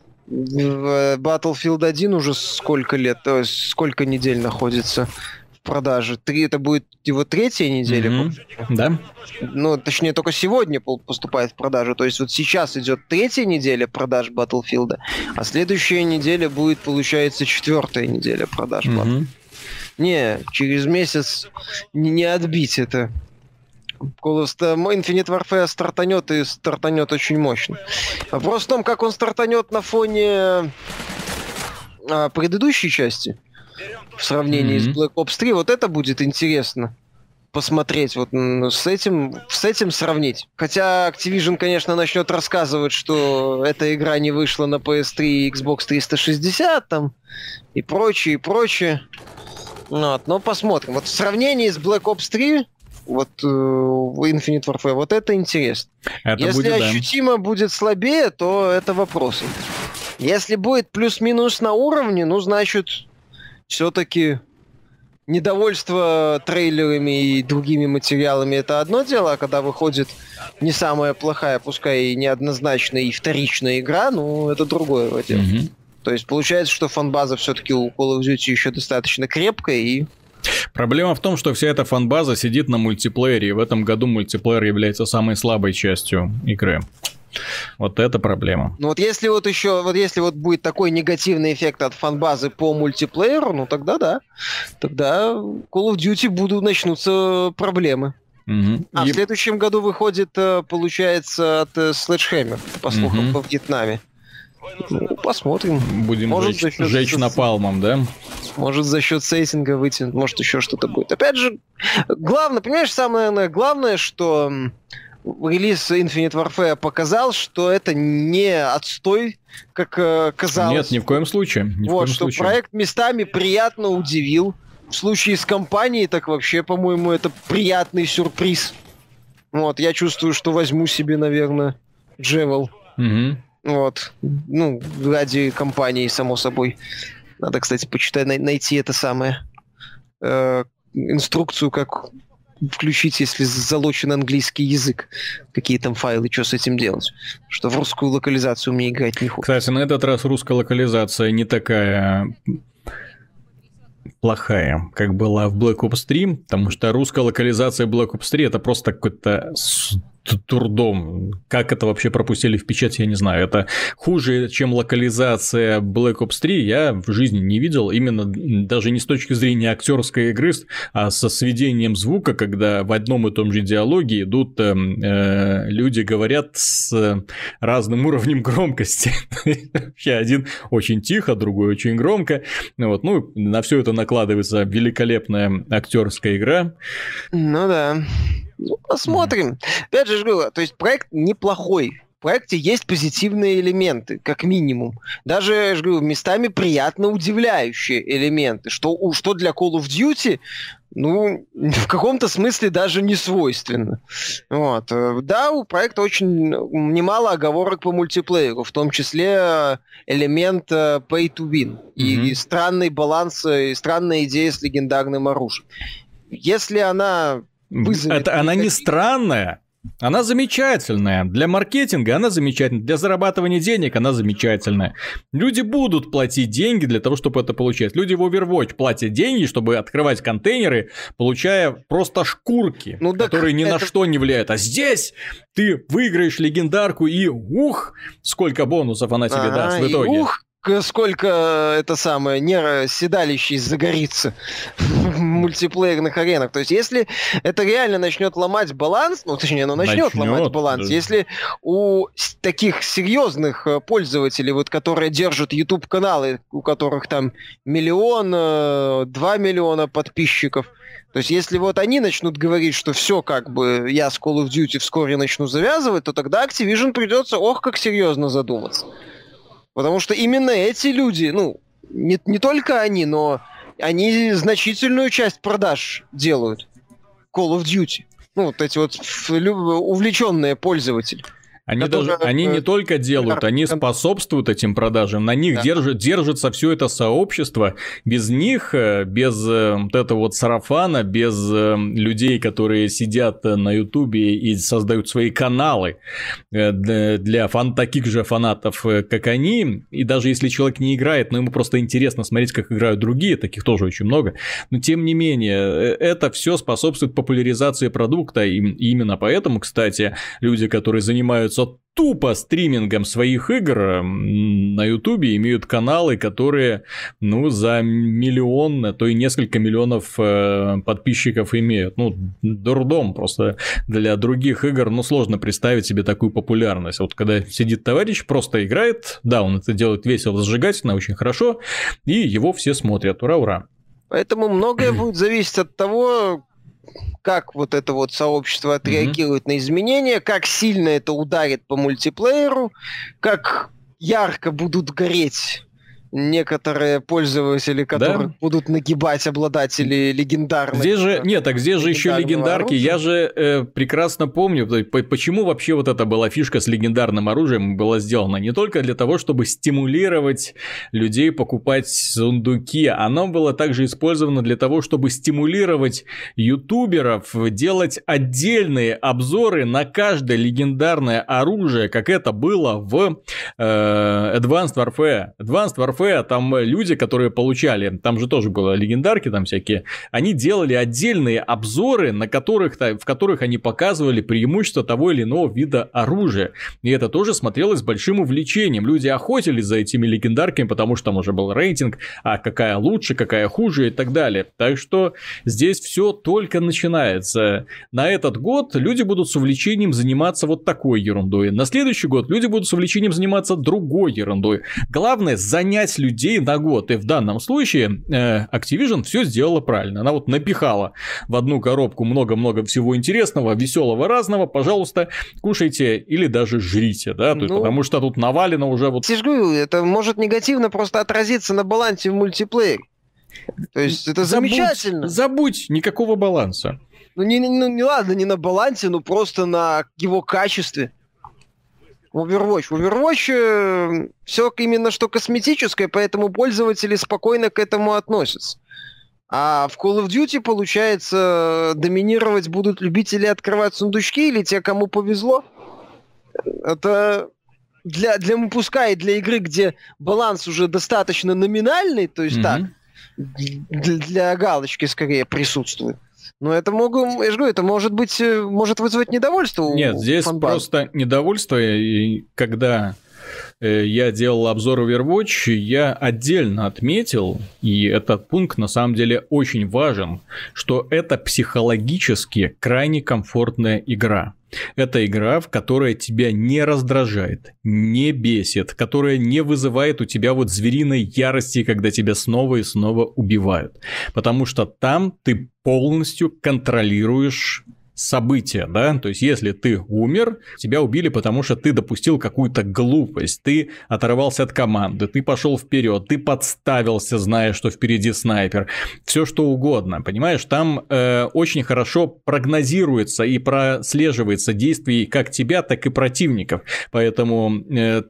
в Battlefield 1 уже сколько лет, то есть сколько недель находится в продаже. Это будет его третья неделя. Да. Ну, точнее, только сегодня поступает в продажу. То есть вот сейчас идет третья неделя продаж Battlefield, а следующая неделя будет, получается, четвертая неделя продаж Battlefield. Не, через месяц не отбить это. Infinite Warfare стартанет, и стартанет очень мощно. Вопрос в том, как он стартанет на фоне предыдущей части в сравнении с Black Ops 3. Вот это будет интересно посмотреть, вот с этим сравнить. Хотя Activision, конечно, начнет рассказывать, что эта игра не вышла на PS3 и Xbox 360 там, и прочее. Вот, но посмотрим. Вот в сравнении с Black Ops 3 вот Infinite Warfare, вот это интересно. Это Если будет, ощутимо будет слабее, то это вопросы. Если будет плюс-минус на уровне, ну, значит, все-таки недовольство трейлерами и другими материалами это одно дело, а когда выходит не самая плохая, пускай и неоднозначная и вторичная игра, ну, это другое дело. То есть получается, что фан-база все-таки у Call of Duty еще достаточно крепкая и... Проблема в том, что вся эта фан-база сидит на мультиплеере, и в этом году мультиплеер является самой слабой частью игры. Вот это проблема. Ну вот если вот будет такой негативный эффект от фан-базы по мультиплееру, ну тогда да. Тогда Call of Duty начнутся проблемы. А в следующем году выходит, получается, от Sledgehammer, по слухам, во Вьетнаме. Ну, посмотрим. Будем жечь напалмом, да? Может, за счет сеттинга вытянуть, может, еще что-то будет. Опять же, главное, понимаешь, самое, наверное, главное, что релиз Infinite Warfare показал, что это не отстой, как казалось. Нет, ни в коем случае. Проект местами приятно удивил. В случае с компанией, так вообще, по-моему, это приятный сюрприз. Вот, я чувствую, что возьму себе, наверное, Джевел. Вот. Ну, ради компании, само собой. Надо, кстати, почитать, найти это самое инструкцию, как включить, если залочен английский язык. Какие там файлы, что с этим делать. Что в русскую локализацию мне играть не хочется. Кстати, на этот раз русская локализация не такая плохая, как была в Black Ops 3, потому что русская локализация Black Ops 3 это просто какой-то турдом. Как это вообще пропустили в печать, я не знаю. Это хуже, чем локализация Black Ops 3, я в жизни не видел. Именно даже не с точки зрения актерской игры, а со сведением звука, когда в одном и том же диалоге идут люди говорят с разным уровнем громкости. Вообще один очень тихо, другой очень громко. Вот. Ну, на все это накладывается великолепная актерская игра. Ну да. Ну, посмотрим. Опять же, говорю, то есть проект неплохой. проекте есть позитивные элементы, как минимум. Даже, я же говорю, местами приятно удивляющие элементы, что для Call of Duty, ну, в каком-то смысле даже не свойственно. Вот. Да, у проекта очень немало оговорок по мультиплееру, в том числе элемент pay to win и странный баланс, и странная идея с легендарным оружием. Если она вызовет... Она не странная. Она замечательная. Для маркетинга она замечательная. Для зарабатывания денег она замечательная. Люди будут платить деньги для того, чтобы это получать. Люди в Overwatch платят деньги, чтобы открывать контейнеры, получая просто шкурки, которые ни на что не влияют. А здесь ты выиграешь легендарку и сколько бонусов она тебе даст в итоге. Сколько это самое седалище загорится в мультиплеерных аренах. То есть, если это реально начнет ломать баланс, точнее, оно начнет ломать баланс, да. Если у таких серьезных пользователей, которые держат YouTube-каналы, у которых там 1 миллион, 2 миллиона подписчиков, то есть, если они начнут говорить, что все, я с Call of Duty вскоре начну завязывать, то тогда Activision придется как серьезно задуматься. Потому что именно эти люди, не только они, но они значительную часть продаж делают Call of Duty. Эти увлеченные пользователи. Они не только делают, они способствуют этим продажам. На них держится все это сообщество. Без них, без этого сарафана, без людей, которые сидят на Ютубе и создают свои каналы для таких же фанатов, как они. И даже если человек не играет, но ему просто интересно смотреть, как играют другие, таких тоже очень много. Но тем не менее, это все способствует популяризации продукта. И именно поэтому, кстати, люди, которые занимаются тупо стримингом своих игр на Ютубе, имеют каналы, которые, за миллион, а то и несколько миллионов подписчиков имеют. Дурдом просто для других игр, сложно представить себе такую популярность. Когда сидит товарищ, просто играет, да, он это делает весело, зажигательно, очень хорошо, и его все смотрят. Ура-ура! Поэтому многое будет зависеть от того, как это сообщество отреагирует на изменения, как сильно это ударит по мультиплееру, как ярко будут гореть некоторые пользователи, которые будут нагибать обладателей легендарных. Здесь же еще легендарки. Оружия. Я же прекрасно помню, почему вообще эта была фишка с легендарным оружием была сделана. Не только для того, чтобы стимулировать людей покупать сундуки. Оно было также использовано для того, чтобы стимулировать ютуберов делать отдельные обзоры на каждое легендарное оружие, как это было в Advanced Warfare. Advanced Warfare, там люди, которые получали, там же тоже было легендарки там всякие, они делали отдельные обзоры, в которых они показывали преимущества того или иного вида оружия. И это тоже смотрелось с большим увлечением. Люди охотились за этими легендарками, потому что там уже был рейтинг, а какая лучше, какая хуже и так далее. Так что здесь все только начинается. На этот год люди будут с увлечением заниматься такой ерундой. На следующий год люди будут с увлечением заниматься другой ерундой. Главное занять людей на год. И в данном случае Activision все сделала правильно. Она напихала в одну коробку много-много всего интересного, веселого, разного. Пожалуйста, кушайте или даже жрите, да, потому что тут навалено уже Я же говорю, это может негативно просто отразиться на балансе в мультиплеере. То есть это замечательно. Забудь, никакого баланса. Ладно, не на балансе, просто на его качестве. Overwatch все именно что косметическое, поэтому пользователи спокойно к этому относятся. А в Call of Duty, получается, доминировать будут любители открывать сундучки или те, кому повезло. Это пускай для игры, где баланс уже достаточно номинальный, то есть для галочки скорее присутствует. Но это может вызвать недовольство. Нет, здесь просто недовольство, и когда я делал обзор Overwatch, я отдельно отметил, и этот пункт на самом деле очень важен, что это психологически крайне комфортная игра. Это игра, в которой тебя не раздражает, не бесит, которая не вызывает у тебя звериной ярости, когда тебя снова и снова убивают. Потому что там ты полностью контролируешь событие, да, то есть если ты умер, тебя убили, потому что ты допустил какую-то глупость, ты оторвался от команды, ты пошел вперед, ты подставился, зная, что впереди снайпер, все что угодно, понимаешь, там очень хорошо прогнозируется и прослеживается действие как тебя, так и противников, поэтому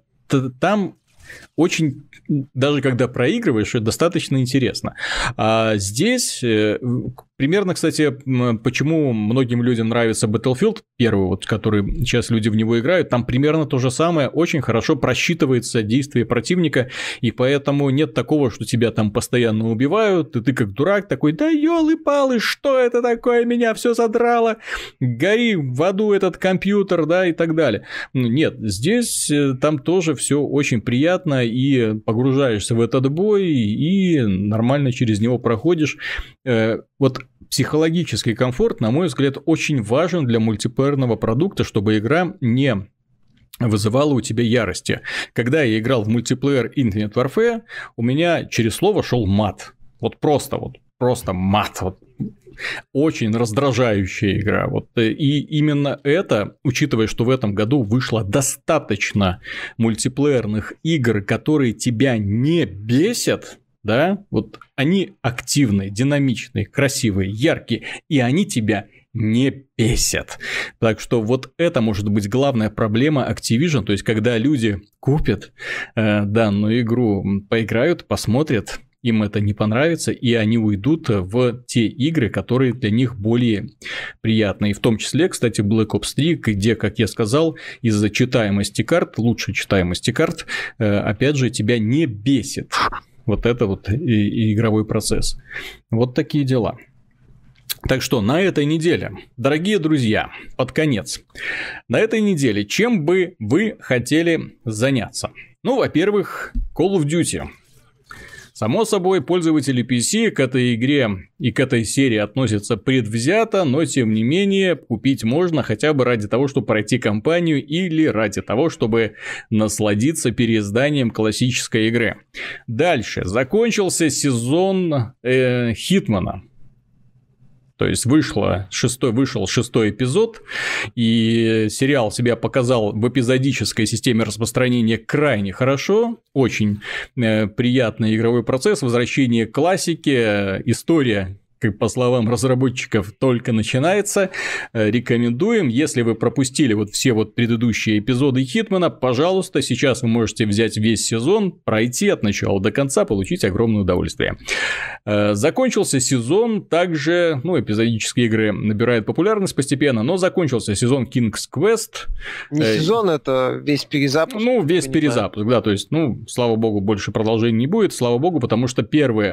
там очень, даже когда проигрываешь, это достаточно интересно. А здесь примерно, кстати, почему многим людям нравится Battlefield, первый, вот, который сейчас люди в него играют, там примерно то же самое, очень хорошо просчитывается действие противника, и поэтому нет такого, что тебя там постоянно убивают, и ты как дурак такой, да ёлы-палы, что это такое, меня все задрало, гори в аду этот компьютер, да, и так далее. Нет, здесь там тоже все очень приятно, и погружаешься в этот бой, и нормально через него проходишь. Вот психологический комфорт, на мой взгляд, очень важен для мультиплеерного продукта, чтобы игра не вызывала у тебя ярости. Когда я играл в мультиплеер Infinite Warfare, у меня через слово шел мат. Вот просто мат. Вот. Очень раздражающая игра. Вот. И именно это, учитывая, что в этом году вышло достаточно мультиплеерных игр, которые тебя не бесят, да, вот они активные, динамичные, красивые, яркие, и они тебя не бесят. Так что вот это может быть главная проблема Activision, то есть когда люди купят данную игру, поиграют, посмотрят, им это не понравится, и они уйдут в те игры, которые для них более приятны. И в том числе, кстати, Black Ops 3, где, как я сказал, из-за читаемости карт, лучшей читаемости карт, опять же, тебя не бесит. Вот это вот и игровой процесс. Вот такие дела. Так что на этой неделе, дорогие друзья, под конец, на этой неделе чем бы вы хотели заняться? Ну, во-первых, Call of Duty. Само собой, пользователи PC к этой игре и к этой серии относятся предвзято, но тем не менее купить можно хотя бы ради того, чтобы пройти кампанию или ради того, чтобы насладиться переизданием классической игры. Дальше. Закончился сезон Хитмана. То есть вышел шестой эпизод, и сериал себя показал в эпизодической системе распространения крайне хорошо, очень приятный игровой процесс, возвращение к классике, история, как по словам разработчиков, только начинается. Рекомендуем. Если вы пропустили вот все вот предыдущие эпизоды Хитмана, пожалуйста, сейчас вы можете взять весь сезон, пройти от начала до конца, получить огромное удовольствие. Закончился сезон, также, эпизодические игры набирают популярность постепенно, но закончился сезон King's Quest. Не сезон, это весь перезапуск. Весь перезапуск, да, то есть, слава богу, больше продолжений не будет, слава богу, потому что первый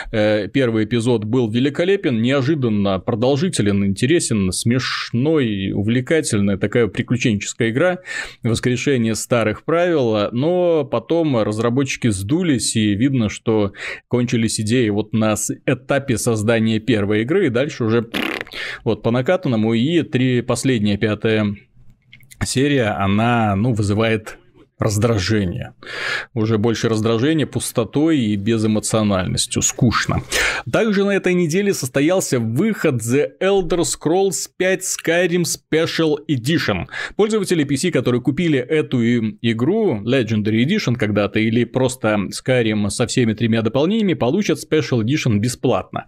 эпизод был великолепен, неожиданно продолжителен, интересен, смешной, увлекательная такая приключенческая игра, воскрешение старых правил, но потом разработчики сдулись, и видно, что кончились идеи вот на этапе создания первой игры, и дальше уже вот по накатанному, и последняя, 5-я серия, она, вызывает раздражение. Уже больше раздражения, пустотой и безэмоциональностью. Скучно. Также на этой неделе состоялся выход The Elder Scrolls 5 Skyrim Special Edition. Пользователи PC, которые купили эту игру, Legendary Edition когда-то, или просто Skyrim со всеми 3 дополнениями, получат Special Edition бесплатно.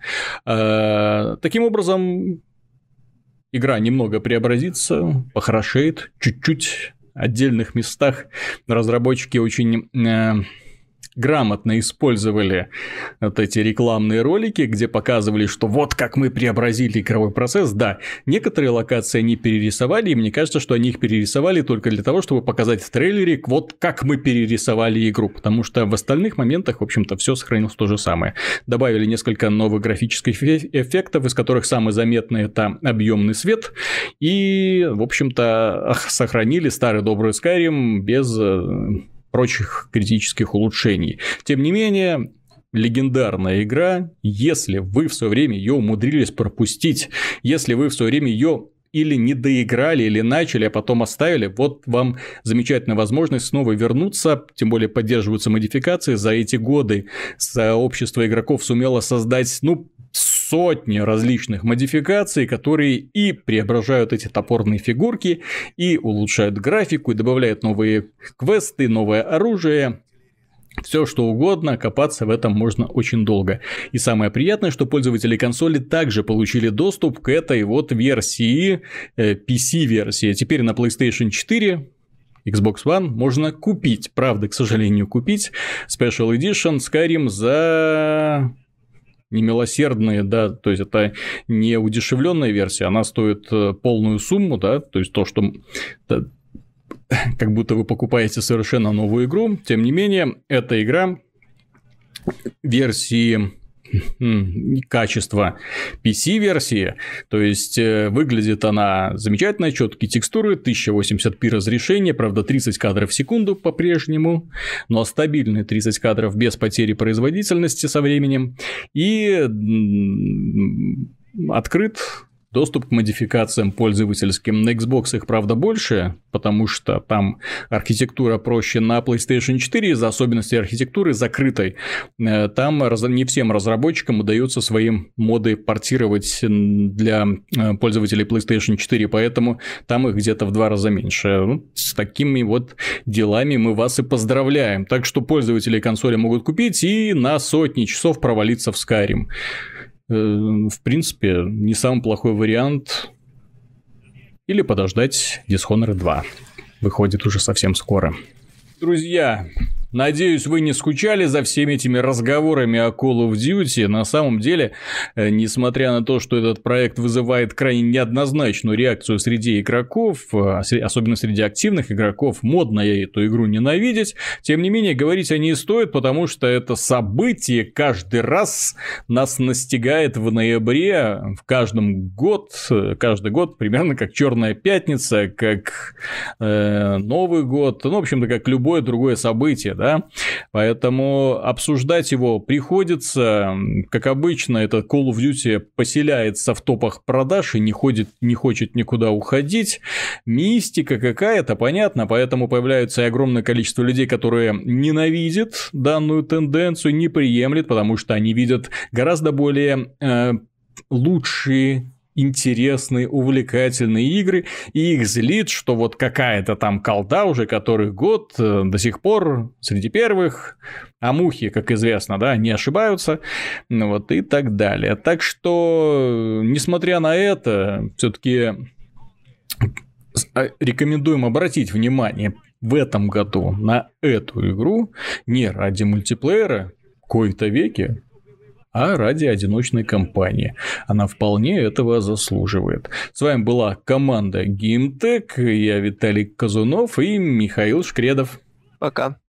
Таким образом, игра немного преобразится, похорошеет, чуть-чуть. В отдельных местах разработчики очень грамотно использовали вот эти рекламные ролики, где показывали, что вот как мы преобразили игровой процесс. Да, некоторые локации они перерисовали, и мне кажется, что они их перерисовали только для того, чтобы показать в трейлере, вот как мы перерисовали игру, потому что в остальных моментах, в общем-то, все сохранилось то же самое. Добавили несколько новых графических эффектов, из которых самый заметный — это объемный свет, и, в общем-то, сохранили старый добрый Skyrim без прочих критических улучшений. Тем не менее, легендарная игра, если вы в свое время ее умудрились пропустить, если вы в свое время ее или не доиграли, или начали, а потом оставили, вот вам замечательная возможность снова вернуться, тем более поддерживаются модификации. За эти годы сообщество игроков сумело создать, сотни различных модификаций, которые и преображают эти топорные фигурки, и улучшают графику, и добавляют новые квесты, новое оружие. Все что угодно, копаться в этом можно очень долго. И самое приятное, что пользователи консоли также получили доступ к этой вот версии, PC-версии. Теперь на PlayStation 4, Xbox One можно купить. Правда, к сожалению, купить Special Edition Skyrim за немилосердные, да, то есть это не удешевленная версия, она стоит полную сумму, да, то есть то, что... как будто вы покупаете совершенно новую игру. Тем не менее, эта игра версии качества PC-версии, то есть выглядит она замечательно, четкие текстуры, 1080p разрешение, правда 30 кадров в секунду по-прежнему, но стабильные 30 кадров без потери производительности со временем, и открыт доступ к модификациям пользовательским. На Xbox их, правда, больше, потому что там архитектура проще. На PlayStation 4 из-за особенностей архитектуры закрытой. Там не всем разработчикам удается свои моды портировать для пользователей PlayStation 4, поэтому там их где-то в 2 раза меньше. С такими вот делами мы вас и поздравляем. Так что пользователи консоли могут купить и на сотни часов провалиться в Skyrim. В принципе, не самый плохой вариант. Или подождать Dishonored 2. Выходит уже совсем скоро. Друзья, надеюсь, вы не скучали за всеми этими разговорами о Call of Duty. На самом деле, несмотря на то, что этот проект вызывает крайне неоднозначную реакцию среди игроков, особенно среди активных игроков, модно эту игру ненавидеть, тем не менее, говорить о ней стоит, потому что это событие каждый раз нас настигает в ноябре, каждый год, примерно как Черная пятница, как Новый год, ну, в общем-то, как любое другое событие, да, поэтому обсуждать его приходится. Как обычно, этот Call of Duty поселяется в топах продаж и не хочет никуда уходить. Мистика какая-то, понятно, поэтому появляется и огромное количество людей, которые ненавидят данную тенденцию, не приемлют, потому что они видят гораздо более лучшие, интересные, увлекательные игры, и их злит, что вот какая-то там колда уже который год до сих пор среди первых, а мухи, как известно, да, не ошибаются, вот и так далее. Так что, несмотря на это, все-таки рекомендуем обратить внимание в этом году на эту игру не ради мультиплеера, в кои-то веки, а ради одиночной кампании. Она вполне этого заслуживает. С вами была команда GameTek, я Виталий Казунов и Михаил Шкредов. Пока.